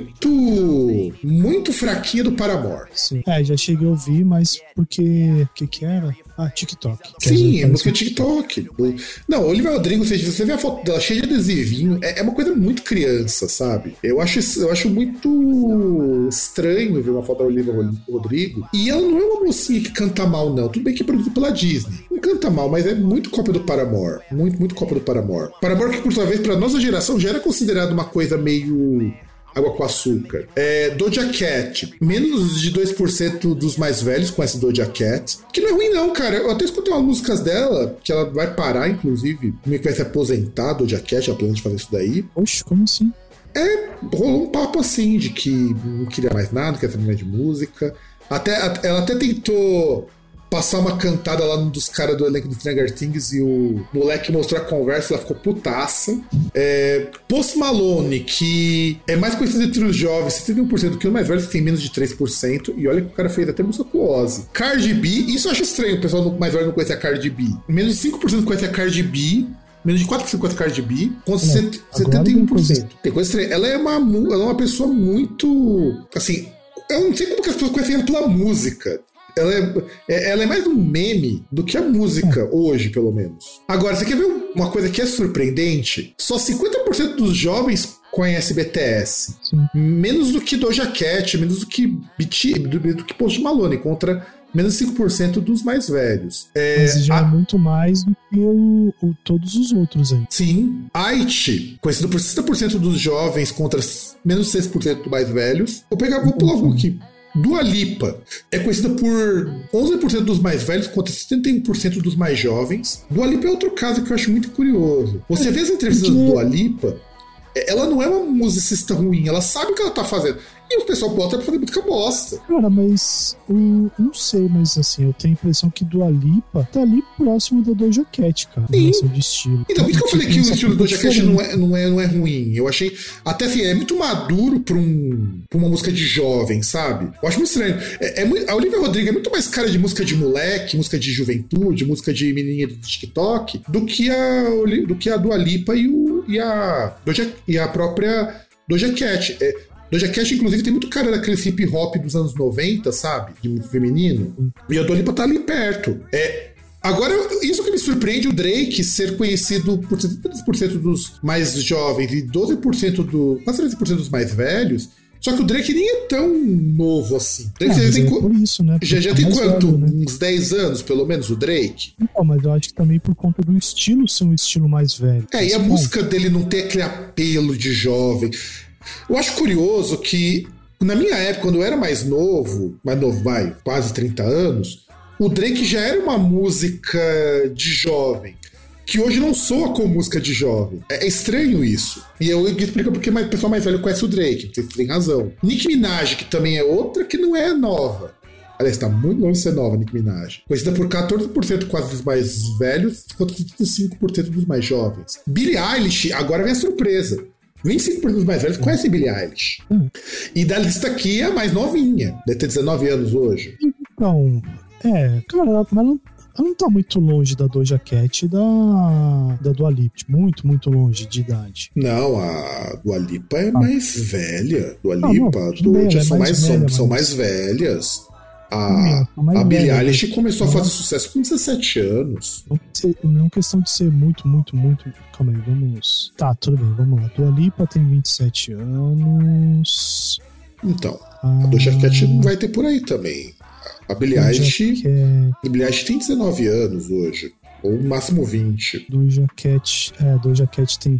muito fraquinha do Paramore. Sim. Já cheguei a ouvir, mas porque... O que era? TikTok. Sim, é música TikTok. Não, Olivia Rodrigo, se você vê a foto dela cheia de adesivinho, é uma coisa muito criança, sabe? Eu acho muito estranho ver uma foto da Olivia Rodrigo. E ela não é uma mocinha que canta mal, não. Tudo bem que é produzido pela Disney. Não canta mal, mas é muito cópia do Paramore. Muito cópia do Paramore. Paramore que, por sua vez, pra nossa geração, já era considerado uma coisa meio água com açúcar. Doja Cat, menos de 2% dos mais velhos conhecem Doja Cat, que não é ruim não, cara. Eu até escutei umas músicas dela, que ela vai parar, inclusive, meio que vai se aposentar, Doja Cat, ela planeja fazer isso daí. Oxe, como assim? Rolou um papo assim, de que não queria mais nada, não queria saber mais de música. Ela até tentou passar uma cantada lá num dos caras do elenco do Stranger Things e o moleque mostrou a conversa, ela ficou putaça. Post Malone, que é mais conhecido entre os jovens, 71% do que os mais velhos, que tem menos de 3%, e olha que o cara fez até música com o Ozzy. Cardi B, isso eu acho estranho, o pessoal mais velho não conhece a Cardi B. Menos de 5% conhece a Cardi B, menos de 4% conhece a Cardi B, com 71%. Tem coisa estranha. Ela é uma pessoa muito... Assim, eu não sei como que as pessoas conhecem ela pela música. Ela é mais um meme do que a música, hoje, pelo menos. Agora, você quer ver uma coisa que é surpreendente? Só 50% dos jovens conhecem BTS. Sim. Menos do que Doja Cat, menos do que do que Post Malone, contra menos 5% dos mais velhos. Mas já é muito mais do que todos os outros aí. Sim. Haiti, conhecido por 60% dos jovens contra menos 6% dos mais velhos. Vou pular algum aqui. Dua Lipa é conhecida por 11% dos mais velhos contra 71% dos mais jovens. Dua Lipa é outro caso que eu acho muito curioso. Você vê as entrevistas da Dua Lipa, ela não é uma musicista ruim, ela sabe o que ela tá fazendo. E o pessoal bota pra fazer música bosta. Cara, mas não sei, mas assim, eu tenho a impressão que Dua Lipa tá ali próximo da Doja Cat, cara, em relação de estilo. Então, por isso que eu falei que o estilo do Doja Cat não é ruim. Eu achei, até assim, é muito maduro pra uma música de jovem, sabe? Eu acho muito estranho. A Olivia Rodrigo é muito mais cara de música de moleque, música de juventude, música de menininha do TikTok, do que a Dua Lipa e a própria Doja Cat. Doja Cat, inclusive, tem muito cara daquele hip hop dos anos 90, sabe? De feminino. E a Dua Lipa tá ali perto. Agora, isso que me surpreende, o Drake ser conhecido por 73% dos mais jovens e 12% quase 13% dos mais velhos. Só que o Drake nem é tão novo assim. Por isso, né? Já tem quanto? Velho, né? Uns 10 anos, pelo menos, o Drake? Não, mas eu acho que também por conta do estilo ser um estilo mais velho. E a música dele não ter aquele apelo de jovem. Eu acho curioso que, na minha época, quando eu era mais novo, quase 30 anos, o Drake já era uma música de jovem, que hoje não soa como música de jovem. É estranho isso. E eu explico porque o pessoal mais velho conhece o Drake, você tem razão. Nicki Minaj, que também é outra que não é nova. Aliás, tá muito longe de ser nova, Nicki Minaj. Conhecida por 14% quase dos mais velhos, contra 35% dos mais jovens. Billie Eilish, agora vem a surpresa. 25% dos mais velhos conhecem Billie Eilish. E da lista aqui é a mais novinha. Deve ter 19 anos hoje. Então, cara, mas ela não tá muito longe da Doja Cat e da Dua Lipa. Muito, muito longe de idade. Não, a Dua Lipa é mais velha. Dua Lipa, a Doja são mais velhas. A Billie Eilish começou a fazer sucesso com 17 anos. Não é questão de ser muito, muito, muito... Calma aí, vamos... Tá, tudo bem, vamos lá. Dua Lipa tem 27 anos... Então, a Doja Cat não vai ter por aí também. A Billie Eilish tem 19 anos hoje. Ou no máximo 20. Doja Cat tem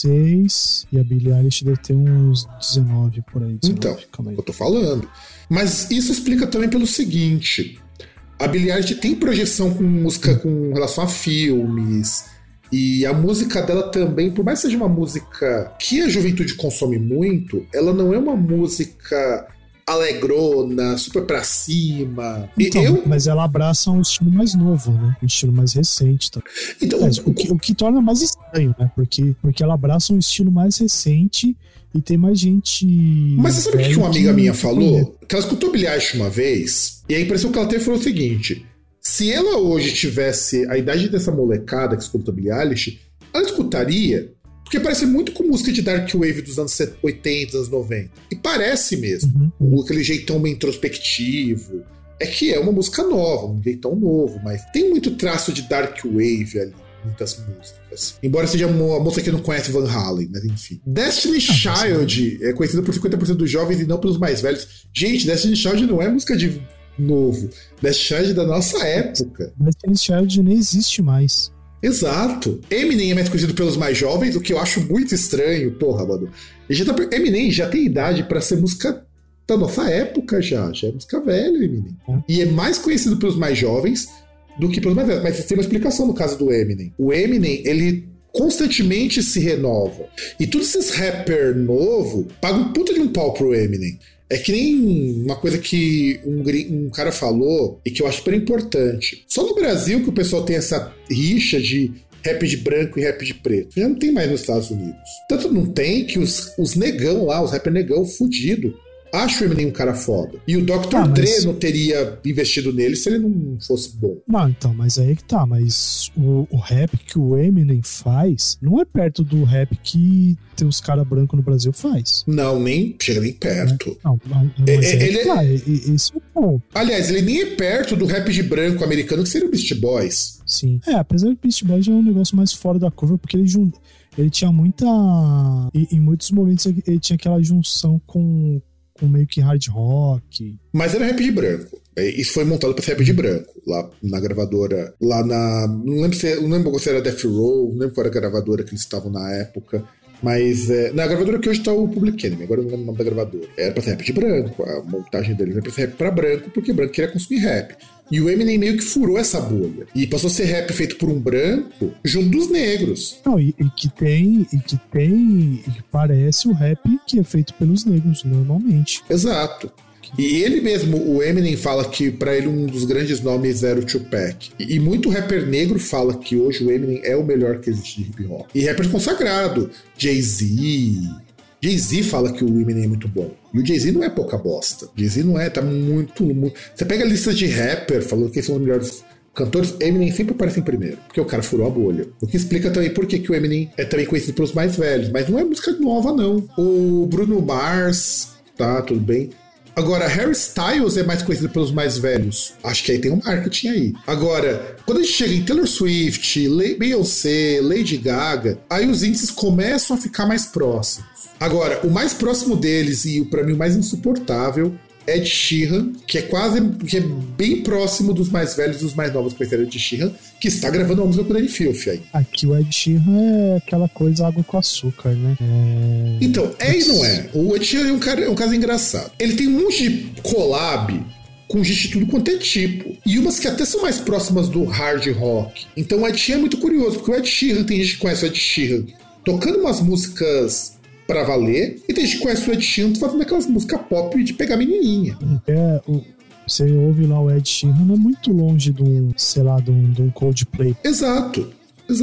26 e a Billie Eilish deve ter uns 19 por aí. 19, então, eu tô falando. Mas isso explica também pelo seguinte: a Billie Eilish tem projeção com música com relação a filmes, e a música dela também, por mais que seja uma música que a juventude consome muito, ela não é uma música alegrona, super pra cima. Então, mas ela abraça um estilo mais novo, né? Um estilo mais recente. Tá? Então, o que torna mais estranho, né? Porque ela abraça um estilo mais recente e tem mais gente... Mas você sabe o que uma amiga minha falou? Que ela escutou Billie Eilish uma vez, e a impressão que ela teve foi o seguinte: se ela hoje tivesse a idade dessa molecada que escuta Billie Eilish, ela escutaria... Porque parece muito com música de Dark Wave dos anos 80, anos 90. E parece mesmo. Aquele jeitão meio introspectivo. É que é uma música nova, um jeitão novo, mas tem muito traço de Dark Wave ali, muitas músicas. Embora seja uma moça que não conhece Van Halen, mas enfim. Destiny Child é conhecida por 50% dos jovens e não pelos mais velhos. Gente, Destiny Child não é música de novo. Destiny Child é da nossa época. Destiny Child nem existe mais. Exato. Eminem é mais conhecido pelos mais jovens, o que eu acho muito estranho. Porra, mano. Eminem já tem idade pra ser música da nossa época já. Já é música velha, Eminem. E é mais conhecido pelos mais jovens do que pelos mais velhos. Mas tem uma explicação no caso do Eminem. O Eminem, ele constantemente se renova. E todos esses rappers novos pagam um puta de um pau pro Eminem. É que nem uma coisa que um cara falou e que eu acho super importante. Só no Brasil que o pessoal tem essa rixa de rap de branco e rap de preto. Já não tem mais nos Estados Unidos. Tanto não tem que os negão lá, os rapper negão fudido, acho o Eminem um cara foda. E o Dr. Dre não teria investido nele se ele não fosse bom. Não, então, mas aí que tá. Mas o rap que o Eminem faz não é perto do rap que tem os caras brancos no Brasil faz. Não, nem chega nem perto. Não, mas esse é o ponto. Aliás, ele nem é perto do rap de branco americano, que seria o Beast Boys. Sim. Apesar que o Beast Boys já é um negócio mais fora da curva, porque ele tinha muita... Em muitos momentos ele tinha aquela junção com meio que hard rock. Mas era rap de branco. Isso foi montado pra ser rap de branco. Lá na gravadora. Lá na. Não lembro se era Death Row, não lembro qual era a gravadora que eles estavam na época. Mas na gravadora que hoje tá o Public Enemy, agora eu não lembro o nome da gravadora. Era pra ser rap de branco. A montagem deles era pra ser rap pra branco, porque branco queria consumir rap. E o Eminem meio que furou essa bolha. E passou a ser rap feito por um branco junto dos negros. Não, e que parece o rap que é feito pelos negros, normalmente. Exato. E ele mesmo, o Eminem, fala que pra ele um dos grandes nomes era o Tupac. E muito rapper negro fala que hoje o Eminem é o melhor que existe de hip hop. E rapper consagrado, Jay-Z fala que o Eminem é muito bom. E o Jay-Z não é pouca bosta. Jay-Z não é, tá muito... Você pega a lista de rapper falando que são os melhores cantores, Eminem sempre aparece em primeiro, porque o cara furou a bolha. O que explica também por que o Eminem é também conhecido pelos mais velhos. Mas não é música nova, não. O Bruno Mars, tá, tudo bem. Agora, Harry Styles é mais conhecido pelos mais velhos. Acho que aí tem um marketing aí. Agora, quando a gente chega em Taylor Swift, Beyoncé, Lady Gaga, aí os índices começam a ficar mais próximos. Agora, o mais próximo deles e pra mim o mais insuportável é Ed Sheeran, que é bem próximo dos mais velhos e dos mais novos que Ed Sheeran, que está gravando uma música com o Danny Filth aí. Aqui o Ed Sheeran é aquela coisa água com açúcar, né? Então, e não é. O Ed Sheeran é um caso engraçado. Ele tem um monte de collab com gente de tudo quanto é tipo. E umas que até são mais próximas do hard rock. Então o Ed Sheeran é muito curioso, porque o Ed Sheeran, tem gente que conhece o Ed Sheeran tocando umas músicas pra valer, e tem gente que conhece o Ed Sheeran fazendo aquelas músicas pop de pegar menininha. Você ouve lá o Ed Sheeran, não é muito longe de um Coldplay. Exato.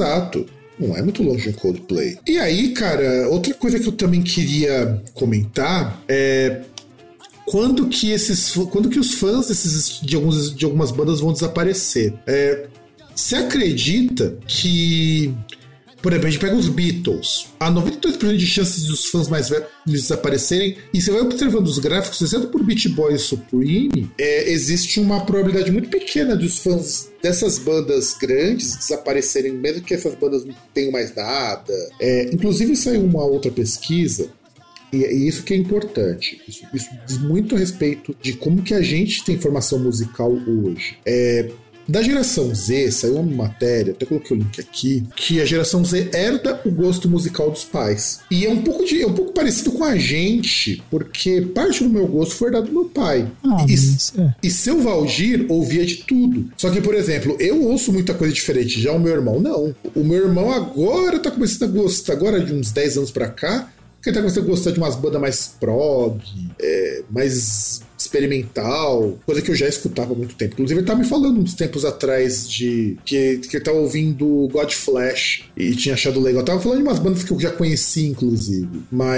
Não é muito longe de um Coldplay. E aí, cara, outra coisa que eu também queria comentar é quando que os fãs de algumas bandas vão desaparecer. Você acredita que, por exemplo, a gente pega os Beatles, há 92% de chances dos fãs mais velhos desaparecerem, e você vai observando os gráficos, exceto por Beach Boys e Supreme, existe uma probabilidade muito pequena dos fãs dessas bandas grandes desaparecerem, mesmo que essas bandas não tenham mais nada. Inclusive saiu uma outra pesquisa, e isso que é importante, isso diz muito a respeito de como que a gente tem formação musical hoje. Da geração Z, saiu uma matéria, até coloquei o link aqui, que a geração Z herda o gosto musical dos pais. E é um pouco parecido com a gente, porque parte do meu gosto foi herdado do meu pai. E seu Valdir ouvia de tudo. Só que, por exemplo, eu ouço muita coisa diferente, já o meu irmão não. O meu irmão agora tá começando a gostar, agora de uns 10 anos pra cá, que ele tá começando a gostar de umas bandas mais prog, mais experimental, coisa que eu já escutava há muito tempo. Inclusive, ele tava me falando uns tempos atrás que ele tava ouvindo Godflesh e tinha achado legal. Eu tava falando de umas bandas que eu já conheci, inclusive.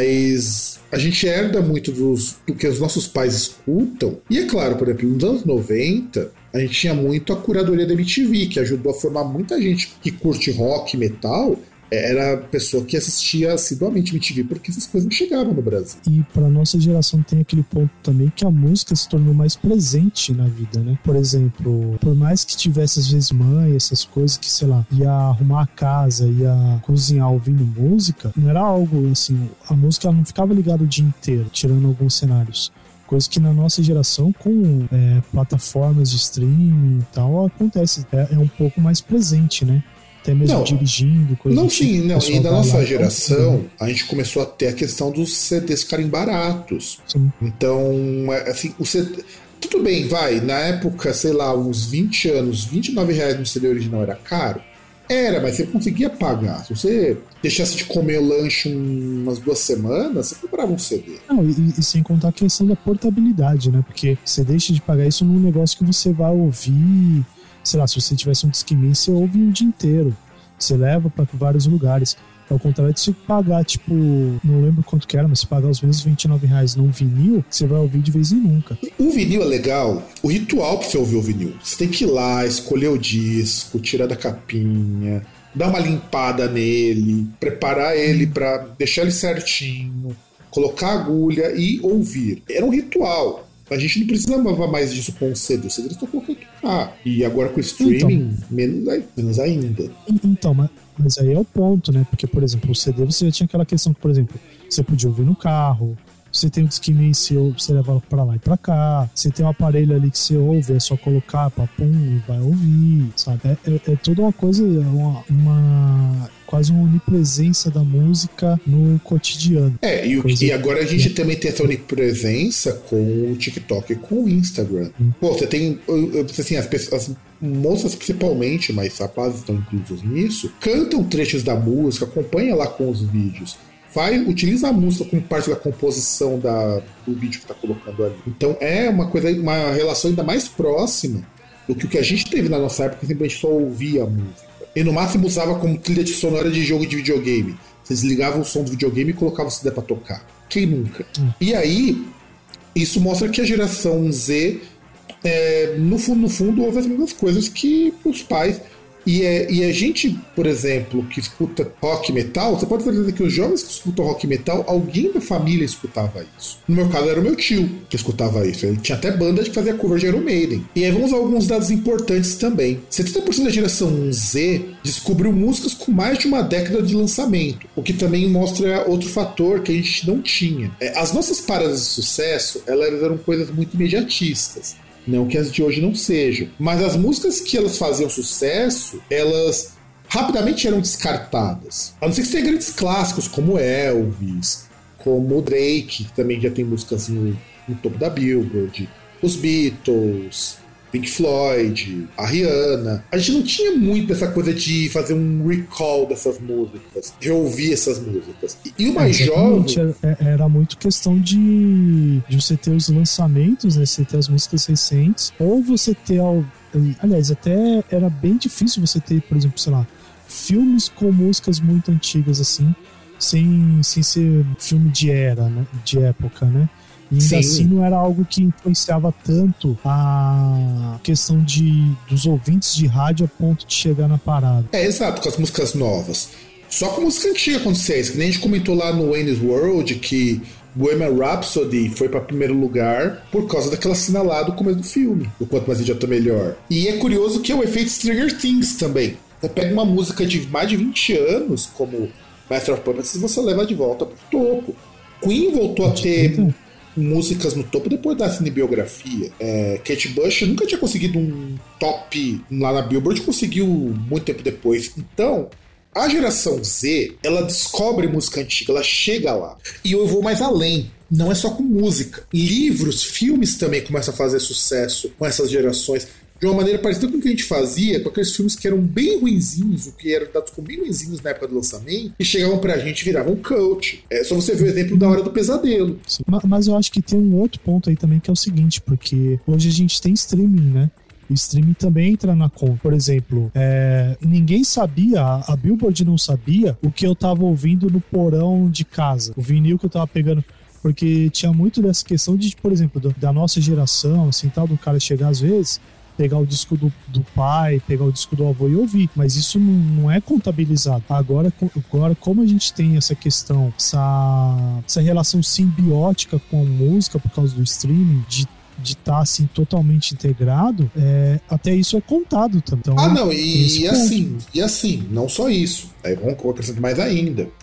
Mas a gente herda muito do que os nossos pais escutam. E é claro, por exemplo, nos anos 90, a gente tinha muito a curadoria da MTV, que ajudou a formar muita gente que curte rock, metal. Era a pessoa que assistia assiduamente MTV, porque essas coisas não chegavam no Brasil. E pra nossa geração tem aquele ponto também que a música se tornou mais presente na vida, né? Por exemplo, por mais que tivesse às vezes mãe, essas coisas que, sei lá, ia arrumar a casa, ia cozinhar ouvindo música, não era algo assim, a música ela não ficava ligada o dia inteiro, tirando alguns cenários. Coisa que na nossa geração, com plataformas de streaming e tal, acontece. É um pouco mais presente, né? até mesmo dirigindo, coisa Não, do tipo. sim, não. E da nossa geração, a gente começou a ter a questão dos CDs ficarem baratos. Sim. Então, assim, o CD... Tudo bem, vai, na época, sei lá, uns 20 anos, R$29 no CD original era caro? Era, mas você conseguia pagar. Se você deixasse de comer o lanche umas 2 semanas, você comprava um CD. Não, e sem contar a questão da portabilidade, né? Porque você deixa de pagar isso num negócio que você vai ouvir, sei lá, se você tivesse um Discman, você ouve o dia inteiro. Você leva para vários lugares. Ao contrário de você pagar, tipo, não lembro quanto que era, mas se pagar os mesmos R$29 num vinil, você vai ouvir de vez em nunca. O vinil é legal, o ritual pra você ouvir o vinil. Você tem que ir lá, escolher o disco, tirar da capinha, dar uma limpada nele, preparar ele pra deixar ele certinho, colocar a agulha e ouvir. Era um ritual. A gente não precisava mais disso com o CD. O CD eles estão colocando e agora com o streaming, então, menos ainda. Então, mas aí é o ponto, né? Porque, por exemplo, o CD você já tinha aquela questão que, por exemplo, você podia ouvir no carro, você tem o Discman, você leva pra lá e pra cá, você tem um aparelho ali que você ouve, é só colocar, papum, e vai ouvir, sabe? É toda uma coisa, quase uma onipresença da música no cotidiano. E agora a gente também tem essa onipresença com o TikTok e com o Instagram. Pô, você tem, assim, as moças principalmente, mas rapazes estão inclusos nisso, cantam trechos da música, acompanha lá com os vídeos. Utiliza a música como parte da composição do vídeo que tá colocando ali. Então é uma relação ainda mais próxima do que o que a gente teve na nossa época, que simplesmente só ouvia a música. E no máximo usava como trilha de sonora de jogo de videogame. Você desligava o som do videogame e colocava o CD pra tocar. Quem nunca? E aí, isso mostra que a geração Z, no fundo, ouve as mesmas coisas que os pais. E a gente, por exemplo, que escuta rock metal, você pode dizer que os jovens que escutam rock metal, alguém da família escutava isso. No meu caso, era o meu tio que escutava isso. Ele tinha até banda que fazia cover de Iron Maiden. E aí vamos a alguns dados importantes também. 70% da geração Z descobriu músicas com mais de uma década de lançamento, o que também mostra outro fator que a gente não tinha. As nossas paradas de sucesso, elas eram coisas muito imediatistas. Não que as de hoje não sejam. Mas as músicas que elas faziam sucesso, elas rapidamente eram descartadas. A não ser que tenha grandes clássicos como Elvis, como Drake, que também já tem músicas no topo da Billboard, os Beatles, Pink Floyd, a Rihanna. A gente não tinha muito dessa coisa de fazer um recall dessas músicas, de ouvir essas músicas. E o mais jovem... Era muito questão de você ter os lançamentos, né? Você ter as músicas recentes, ou você ter... Aliás, até era bem difícil você ter, por exemplo, sei lá, filmes com músicas muito antigas, assim, sem ser filme de era, né? De época, né? E ainda assim não era algo que influenciava tanto a questão dos ouvintes de rádio a ponto de chegar na parada. Exato, com as músicas novas. Só com música antiga acontecia isso, que nem a gente comentou lá no Wayne's World, que Bohemian Rhapsody foi para primeiro lugar por causa daquela cena lá do começo do filme, do Quanto Mais Idiota Melhor. E é curioso que é o efeito Stranger Things também. Você pega uma música de mais de 20 anos, como Master of Puppets, e você leva de volta pro topo. Queen voltou a ter músicas no topo depois da cinebiografia. Kate Bush nunca tinha conseguido um top lá na Billboard, conseguiu muito tempo depois. Então, a geração Z, ela descobre música antiga, ela chega lá. E eu vou mais além. Não é só com música. Livros, filmes também começam a fazer sucesso com essas gerações. De uma maneira parecida com o que a gente fazia com aqueles filmes que eram bem ruinzinhos, o que eram dados como bem ruinzinhos na época do lançamento, e chegavam pra gente e viravam cult. É só você ver o exemplo da Hora do Pesadelo. Sim, mas eu acho que tem um outro ponto aí também, que é o seguinte, porque hoje a gente tem streaming, né? O streaming também entra na conta. Por exemplo, ninguém sabia, a Billboard não sabia o que eu tava ouvindo no porão de casa, o vinil que eu tava pegando. Porque tinha muito dessa questão de, por exemplo, da nossa geração, assim, tal, do cara chegar às vezes, pegar o disco do pai, pegar o disco do avô e ouvir. Mas isso não é contabilizado. Agora, como a gente tem essa questão, essa relação simbiótica com a música por causa do streaming, de estar assim totalmente integrado, até isso é contado também. Então, não, e assim, não só isso. Aí vamos acrescentar mais ainda.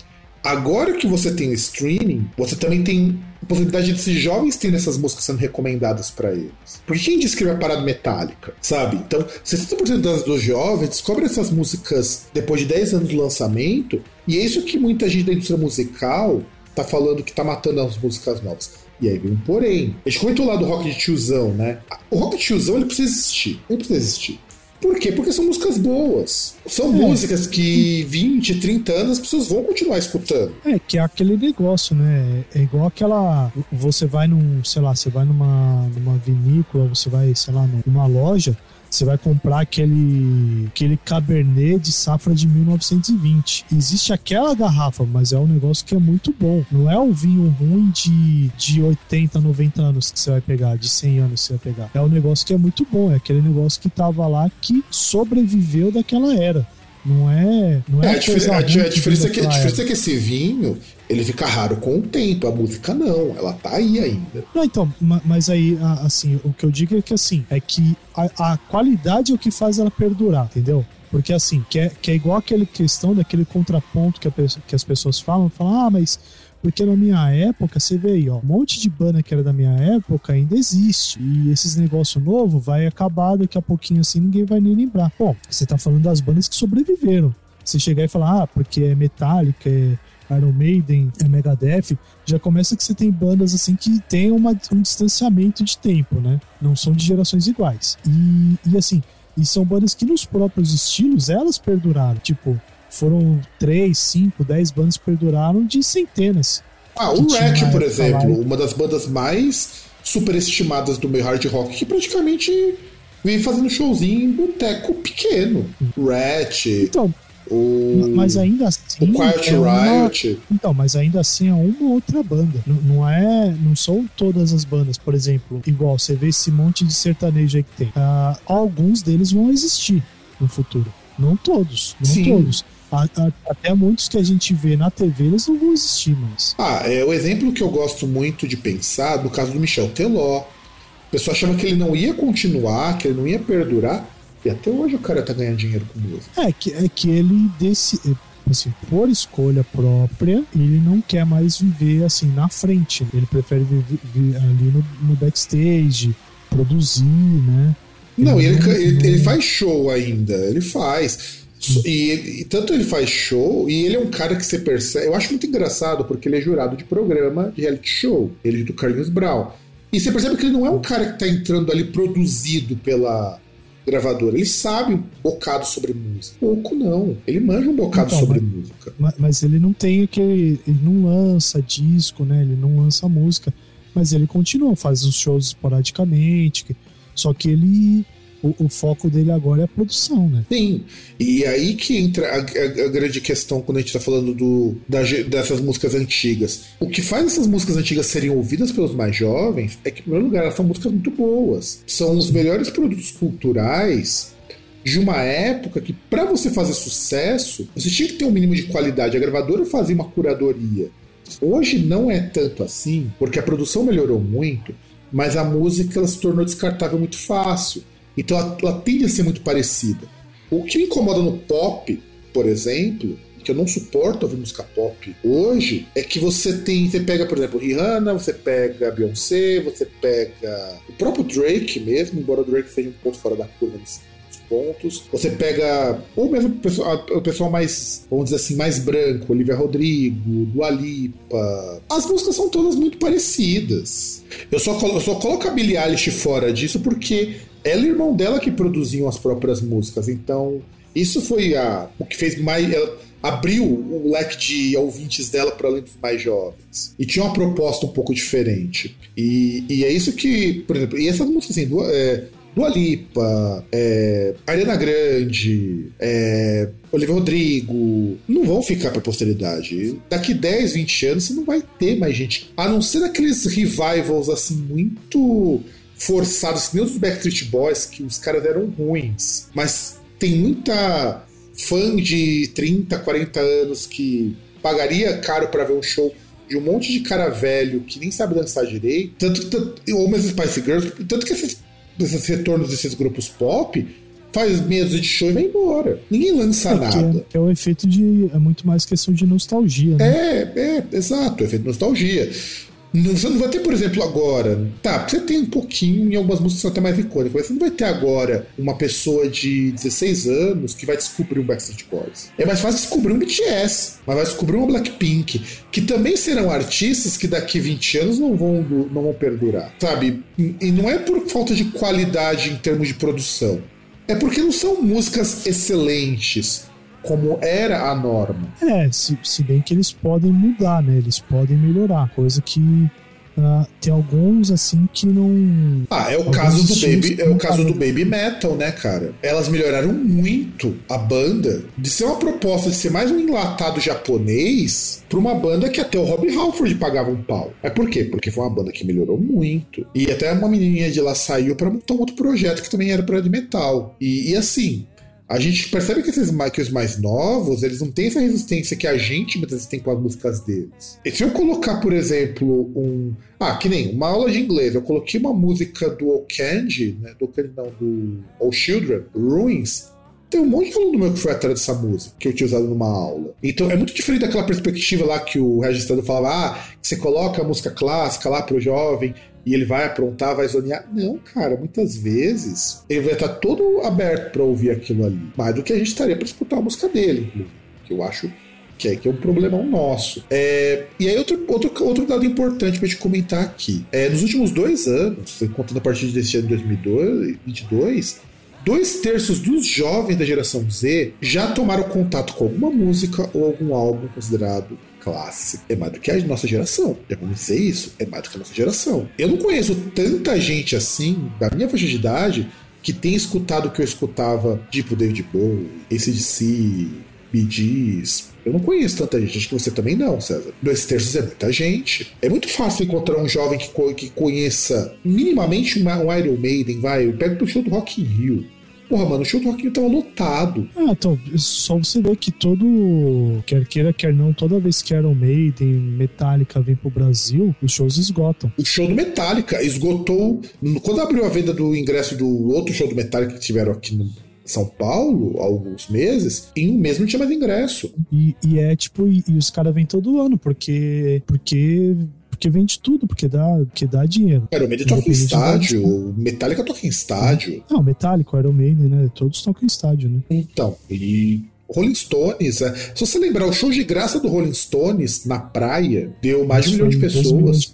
Agora que você tem o streaming, você também tem a possibilidade de esses jovens terem essas músicas sendo recomendadas pra eles. Porque quem disse que ele vai parar de Metallica, sabe? Então, 60% dos jovens descobrem essas músicas depois de 10 anos do lançamento, e é isso que muita gente da indústria musical tá falando que tá matando as músicas novas. E aí vem um porém. A gente comentou lá do rock de tiozão, né? O rock de tiozão, ele precisa existir. Ele precisa existir. Por quê? Porque são músicas boas. São músicas que 20, 30 anos as pessoas vão continuar escutando. Que é aquele negócio, né? É igual aquela... Você vai você vai numa vinícola, você vai, numa loja, você vai comprar aquele Cabernet de safra de 1920. Existe aquela garrafa, mas é um negócio que é muito bom. Não é um vinho ruim de 80, 90 anos que você vai pegar, de 100 anos que você vai pegar. É um negócio que é muito bom, é aquele negócio que tava lá, que sobreviveu daquela era. Não é a diferença é que esse vinho, ele fica raro com o tempo, a música não, ela tá aí ainda. Não, então, mas aí, assim, o que eu digo é que a qualidade é o que faz ela perdurar, entendeu? Porque assim, que é igual aquela questão daquele contraponto que as pessoas falam, mas porque na minha época, você vê aí, ó, um monte de banda que era da minha época ainda existe. E esses negócios novos vai acabar daqui a pouquinho assim, ninguém vai nem lembrar. Bom, você tá falando das bandas que sobreviveram. Você chegar e falar, porque é Metallica, é Iron Maiden, é Megadeth, já começa que você tem bandas assim que tem um distanciamento de tempo, né? Não são de gerações iguais. E assim, são bandas que nos próprios estilos, elas perduraram. Tipo, foram 3, 5, 10 bandas que perduraram de centenas. O Ratch, por exemplo, uma das bandas mais superestimadas do meio hard rock, que praticamente vem fazendo showzinho em boteco pequeno. Ratch, então, mas ainda assim, o Quiet Riot. Então, mas ainda assim é uma outra banda. Não são todas as bandas, por exemplo, igual você vê esse monte de sertanejo aí que tem. Alguns deles vão existir no futuro. Não todos. Até muitos que a gente vê na TV, eles não vão existir mais. O exemplo que eu gosto muito de pensar, no caso do Michel Teló. O pessoal achava que ele não ia continuar, que ele não ia perdurar, e até hoje o cara tá ganhando dinheiro com música. É que ele, assim, por escolha própria, ele não quer mais viver assim na frente. Ele prefere viver ali no backstage, produzir, né? Ele faz show ainda, ele faz. E tanto ele faz show, e ele é um cara que você percebe. Eu acho muito engraçado, porque ele é jurado de programa de reality show, ele do Carlinhos Brown. E você percebe que ele não é um cara que tá entrando ali produzido pela gravadora. Ele sabe um bocado sobre música. Pouco não. Ele manja um bocado sobre música. Mas ele não tem aquele. Ele não lança disco, né? Ele não lança música. Mas ele continua, faz os shows esporadicamente. Só que ele. O foco dele agora é a produção, né? Sim. E aí que entra a grande questão quando a gente tá falando dessas músicas antigas. O que faz essas músicas antigas serem ouvidas pelos mais jovens é que, em primeiro lugar, elas são músicas muito boas. São os melhores produtos culturais de uma época que, para você fazer sucesso, você tinha que ter um mínimo de qualidade. A gravadora fazia uma curadoria. Hoje não é tanto assim, porque a produção melhorou muito, mas a música ela se tornou descartável muito fácil. Então ela tende a ser muito parecida. O que me incomoda no pop, por exemplo, que eu não suporto ouvir música pop hoje, é que você pega, por exemplo, Rihanna, você pega Beyoncé, você pega o próprio Drake mesmo, embora o Drake seja um ponto fora da curva nesses pontos. Você pega, ou mesmo o pessoal mais, vamos dizer assim, mais branco, Olivia Rodrigo, Dua Lipa. As músicas são todas muito parecidas. Eu só coloco a Billie Eilish fora disso porque ela e o irmão dela que produziam as próprias músicas. Então, isso foi o que fez mais. Ela abriu o leque de ouvintes dela para além dos mais jovens. E tinha uma proposta um pouco diferente. E é isso que, por exemplo, e essas músicas assim, Dua Lipa, Ariana Grande, Olivia Rodrigo, não vão ficar pra posteridade. Daqui 10, 20 anos você não vai ter mais gente. A não ser aqueles revivals assim, muito forçados, que nem os Backstreet Boys, que os caras eram ruins. Mas tem muita fã de 30, 40 anos que pagaria caro pra ver um show de um monte de cara velho que nem sabe dançar direito. Ou mesmo Spice Girls. Tanto que esses retornos desses grupos pop faz meses de show e vai embora. Ninguém lança nada. É o efeito é muito mais questão de nostalgia, né? Exato, o efeito de nostalgia. Você não vai ter, por exemplo, agora... Tá, você tem um pouquinho em algumas músicas que são até mais icônicas, mas você não vai ter agora uma pessoa de 16 anos que vai descobrir um Backstreet Boys. É mais fácil descobrir um BTS, mas vai descobrir uma Blackpink, que também serão artistas que daqui 20 anos não vão perdurar, sabe? E não é por falta de qualidade em termos de produção. É porque não são músicas excelentes, como era a norma. Se bem que eles podem mudar, né? Eles podem melhorar, coisa que tem alguns assim que não... É o caso do Baby Metal, né, cara? Elas melhoraram muito a banda de ser uma proposta de ser mais um enlatado japonês pra uma banda que até o Rob Halford pagava um pau. Por quê? Porque foi uma banda que melhorou muito. E até uma menininha de lá saiu pra montar um outro projeto que também era pra de metal. E assim... A gente percebe que os mais novos, eles não têm essa resistência que a gente muitas vezes tem com as músicas deles. E se eu colocar, por exemplo, que nem uma aula de inglês, eu coloquei uma música do Okanji, né? Do All Children, Ruins, tem um monte de aluno meu que foi atrás dessa música, que eu tinha usado numa aula. Então é muito diferente daquela perspectiva lá que o registrado falava, que você coloca a música clássica lá pro jovem, e ele vai aprontar, vai zonear. Não, cara, muitas vezes ele vai estar todo aberto para ouvir aquilo ali. Mais do que a gente estaria para escutar a música dele, inclusive. Que eu acho que é um problemão nosso. E aí outro dado importante pra gente comentar aqui. Nos últimos 2 anos, contando a partir desse ano de 2022, 2/3 dos jovens da geração Z já tomaram contato com alguma música ou algum álbum considerado clássico. É mais do que a nossa geração. Já comecei isso, é mais do que a nossa geração. Eu não conheço tanta gente assim, da minha faixa de idade, que tem escutado o que eu escutava, tipo David Bowie, AC/DC, Bee Gees. Eu não conheço tanta gente, acho que você também não, César. 2/3 é muita gente. É muito fácil encontrar um jovem que conheça minimamente um Iron Maiden, vai. Eu pego pro show do Rock in Rio. Porra, mano, o show do Rock in Rio tava lotado. Então, só você ver que quer queira, quer não, toda vez que Iron Maiden, Metallica vem pro Brasil, os shows esgotam. O show do Metallica esgotou... Quando abriu a venda do ingresso do outro show do Metallica que tiveram aqui no São Paulo, há alguns meses, em um mês não tinha mais ingresso. E os caras vêm todo ano, porque vende tudo, porque dá dinheiro. Iron Maiden toca em estádio, o Metallica toca em estádio. Não, Metallica, Iron Maiden, né? Todos tocam em estádio, né? Então, e Rolling Stones, se você lembrar, o show de graça do Rolling Stones na praia deu mais de 1 milhão de pessoas.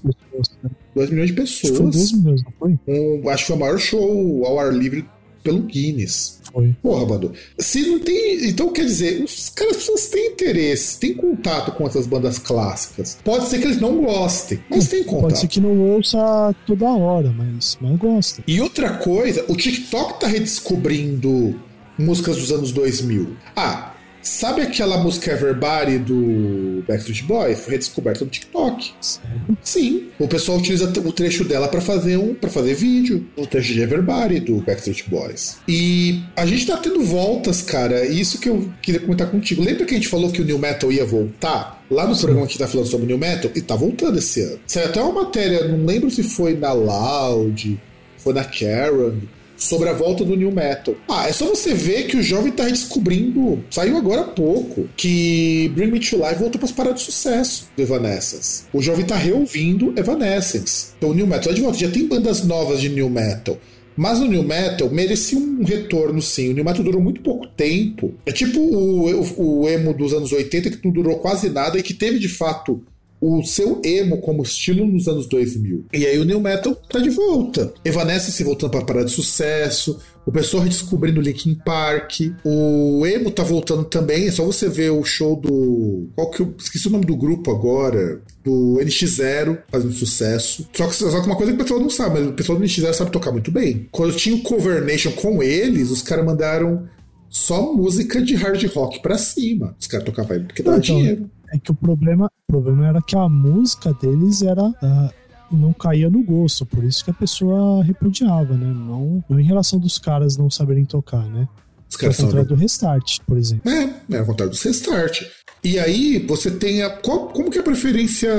2 milhões de pessoas. Foi 2 milhões, não foi? Acho que foi o maior show ao ar livre pelo Guinness. Foi. Porra, mano. Se não tem... Então, quer dizer, as pessoas têm interesse, têm contato com essas bandas clássicas. Pode ser que eles não gostem, mas têm contato. Pode ser que não ouça toda hora, mas gosta. E outra coisa, o TikTok tá redescobrindo músicas dos anos 2000. Sabe aquela música Everybody do Backstreet Boys? Foi redescoberta no TikTok. Sério? Sim. O pessoal utiliza o trecho dela pra fazer vídeo. O trecho de Everybody do Backstreet Boys. E a gente tá tendo voltas, cara. Isso que eu queria comentar contigo. Lembra que a gente falou que o New Metal ia voltar? Lá no programa que tá falando sobre o New Metal, e tá voltando esse ano. Saiu até uma matéria, não lembro se foi na Loud, foi na Kerrang, sobre a volta do New Metal. É só você ver que o jovem tá redescobrindo, saiu agora há pouco, que Bring Me to Life voltou pras paradas de sucesso do Evanescence. O jovem tá reouvindo Evanescence. Então o New Metal é de volta. Já tem bandas novas de New Metal. Mas o New Metal merecia um retorno, sim. O New Metal durou muito pouco tempo. É tipo o emo dos anos 80, que não durou quase nada e que teve, de fato, o seu emo como estilo nos anos 2000. E aí o New Metal tá de volta. Evanescence voltando pra parada de sucesso, o pessoal redescobrindo o Linkin Park, o emo tá voltando também, é só você ver o show do... esqueci o nome do grupo agora, do NX0, fazendo sucesso. Só que uma coisa que o pessoal não sabe, mas o pessoal do NX0 sabe tocar muito bem. Quando tinha o Cover Nation com eles, os caras mandaram só música de hard rock pra cima. Os caras tocavam aí porque dava dinheiro. É que o problema era que a música deles não caía no gosto, por isso que a pessoa repudiava, né? Não em relação dos caras não saberem tocar, né? Os caras ao contrário do Restart, por exemplo. Ao contrário do Restart. E aí você tem como que é a preferência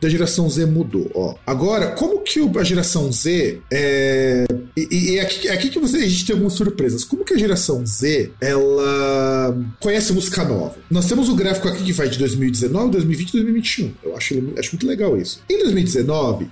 da geração Z mudou. Ó. Agora, como que a geração Z e é aqui que a gente tem algumas surpresas. Como que a geração Z, ela conhece música nova? Nós temos o gráfico aqui que vai de 2019, 2020 e 2021. Eu acho muito legal isso. Em 2019,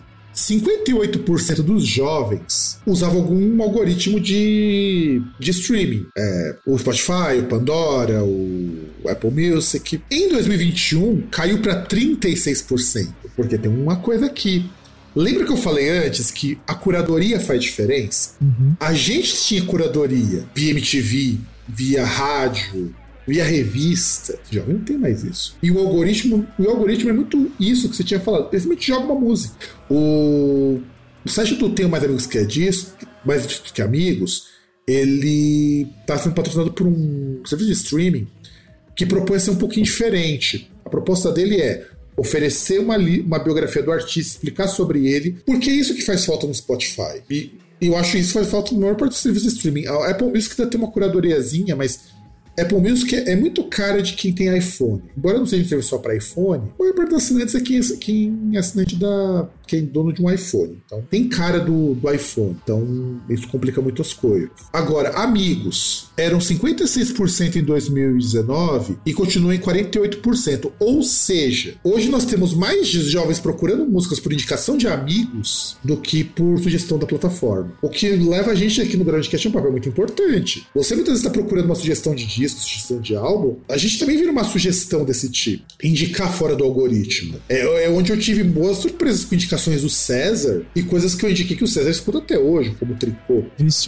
58% dos jovens usavam algum algoritmo de streaming. O Spotify, o Pandora, o Apple Music. Em 2021, caiu para 36%. Porque tem uma coisa aqui. Lembra que eu falei antes que a curadoria faz diferença? Uhum. A gente tinha curadoria via MTV, via rádio, via revista. Já não tem mais isso. E o algoritmo é muito isso que você tinha falado. Ele simplesmente joga uma música. O site do Tenho Mais Amigos Que É Disso, Mais Disso Que Amigos, ele está sendo patrocinado por um serviço de streaming que propõe ser um pouquinho diferente. A proposta dele é oferecer uma biografia do artista, explicar sobre ele, porque é isso que faz falta no Spotify. E eu acho que isso faz falta no maior parte do serviço de streaming. A Apple Music ainda tem uma curadoriazinha, mas Apple Music é muito cara de quem tem iPhone. Embora não seja um serviço só para iPhone, a maior parte dos assinantes é quem é assinante quem é dono de um iPhone. Então, tem cara do iPhone. Então, isso complica muito as coisas. Agora, amigos eram 56% em 2019 e continuam em 48%. Ou seja, hoje nós temos mais jovens procurando músicas por indicação de amigos do que por sugestão da plataforma. O que leva a gente aqui no Groundcast a um papel muito importante. Você muitas vezes está procurando uma sugestão de disco, sugestão de álbum, a gente também vira uma sugestão desse tipo. Indicar fora do algoritmo. É onde eu tive boas surpresas com indicações do César e coisas que eu indiquei que o César escuta até hoje, como Tricô.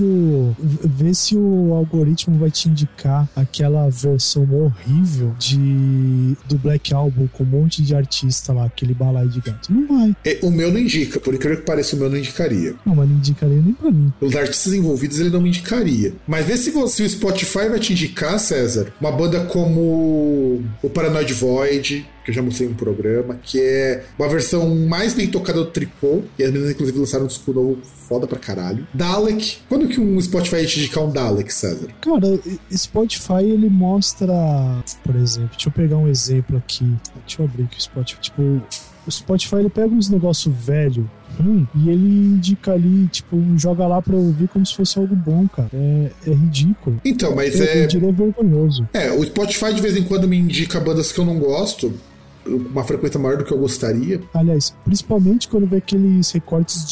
Vê se o algoritmo vai te indicar aquela versão horrível do Black Album com um monte de artista lá, aquele balaio de gato. Não vai. O meu não indica, por incrível que pareça, o meu não indicaria. Não, mas não indicaria nem pra mim. Os artistas envolvidos ele não me indicaria. Mas vê se o Spotify vai te indicar, César, uma banda como o Paranoid Void, que eu já mostrei no programa, que é uma versão mais bem tocada do Tricô, e as meninas inclusive lançaram um disco novo foda pra caralho. Dalek. Quando que um Spotify ia te indicar um Dalek, César? Cara, Spotify ele mostra, por exemplo, deixa eu pegar um exemplo aqui, deixa eu abrir aqui o Spotify, tipo, o Spotify ele pega uns negócios velho e ele indica ali, tipo, joga lá pra ouvir como se fosse algo bom, cara. É ridículo. Então, mas eu diria vergonhoso. O Spotify de vez em quando me indica bandas que eu não gosto, uma frequência maior do que eu gostaria. Aliás, principalmente quando vê aqueles recortes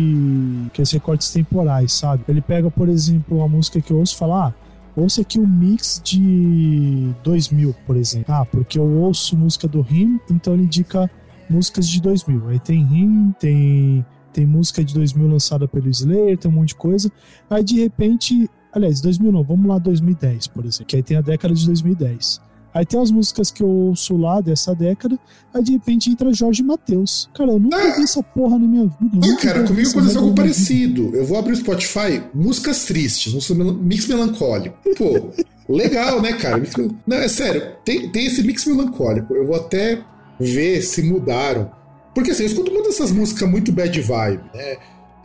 temporais, sabe? Ele pega, por exemplo, uma música que eu ouço e fala, ouça aqui um mix de 2000, por exemplo. Porque eu ouço música do Rim, então ele indica músicas de 2000. Aí tem Rim, tem música de 2000 lançada pelo Slayer, tem um monte de coisa. Aí de repente, aliás, 2000 não, vamos lá 2010, por exemplo, que aí tem a década de 2010. Aí tem as músicas que eu ouço lá dessa década, aí de repente entra Jorge Mateus. Cara, eu nunca vi essa porra na minha vida. Cara, comigo aconteceu algo parecido. Eu vou abrir o Spotify, músicas tristes, mix melancólico. Pô, legal, né, cara? Não, é sério, tem esse mix melancólico. Eu vou até ver se mudaram. Porque assim, eu escuto uma dessas músicas muito bad vibe, né?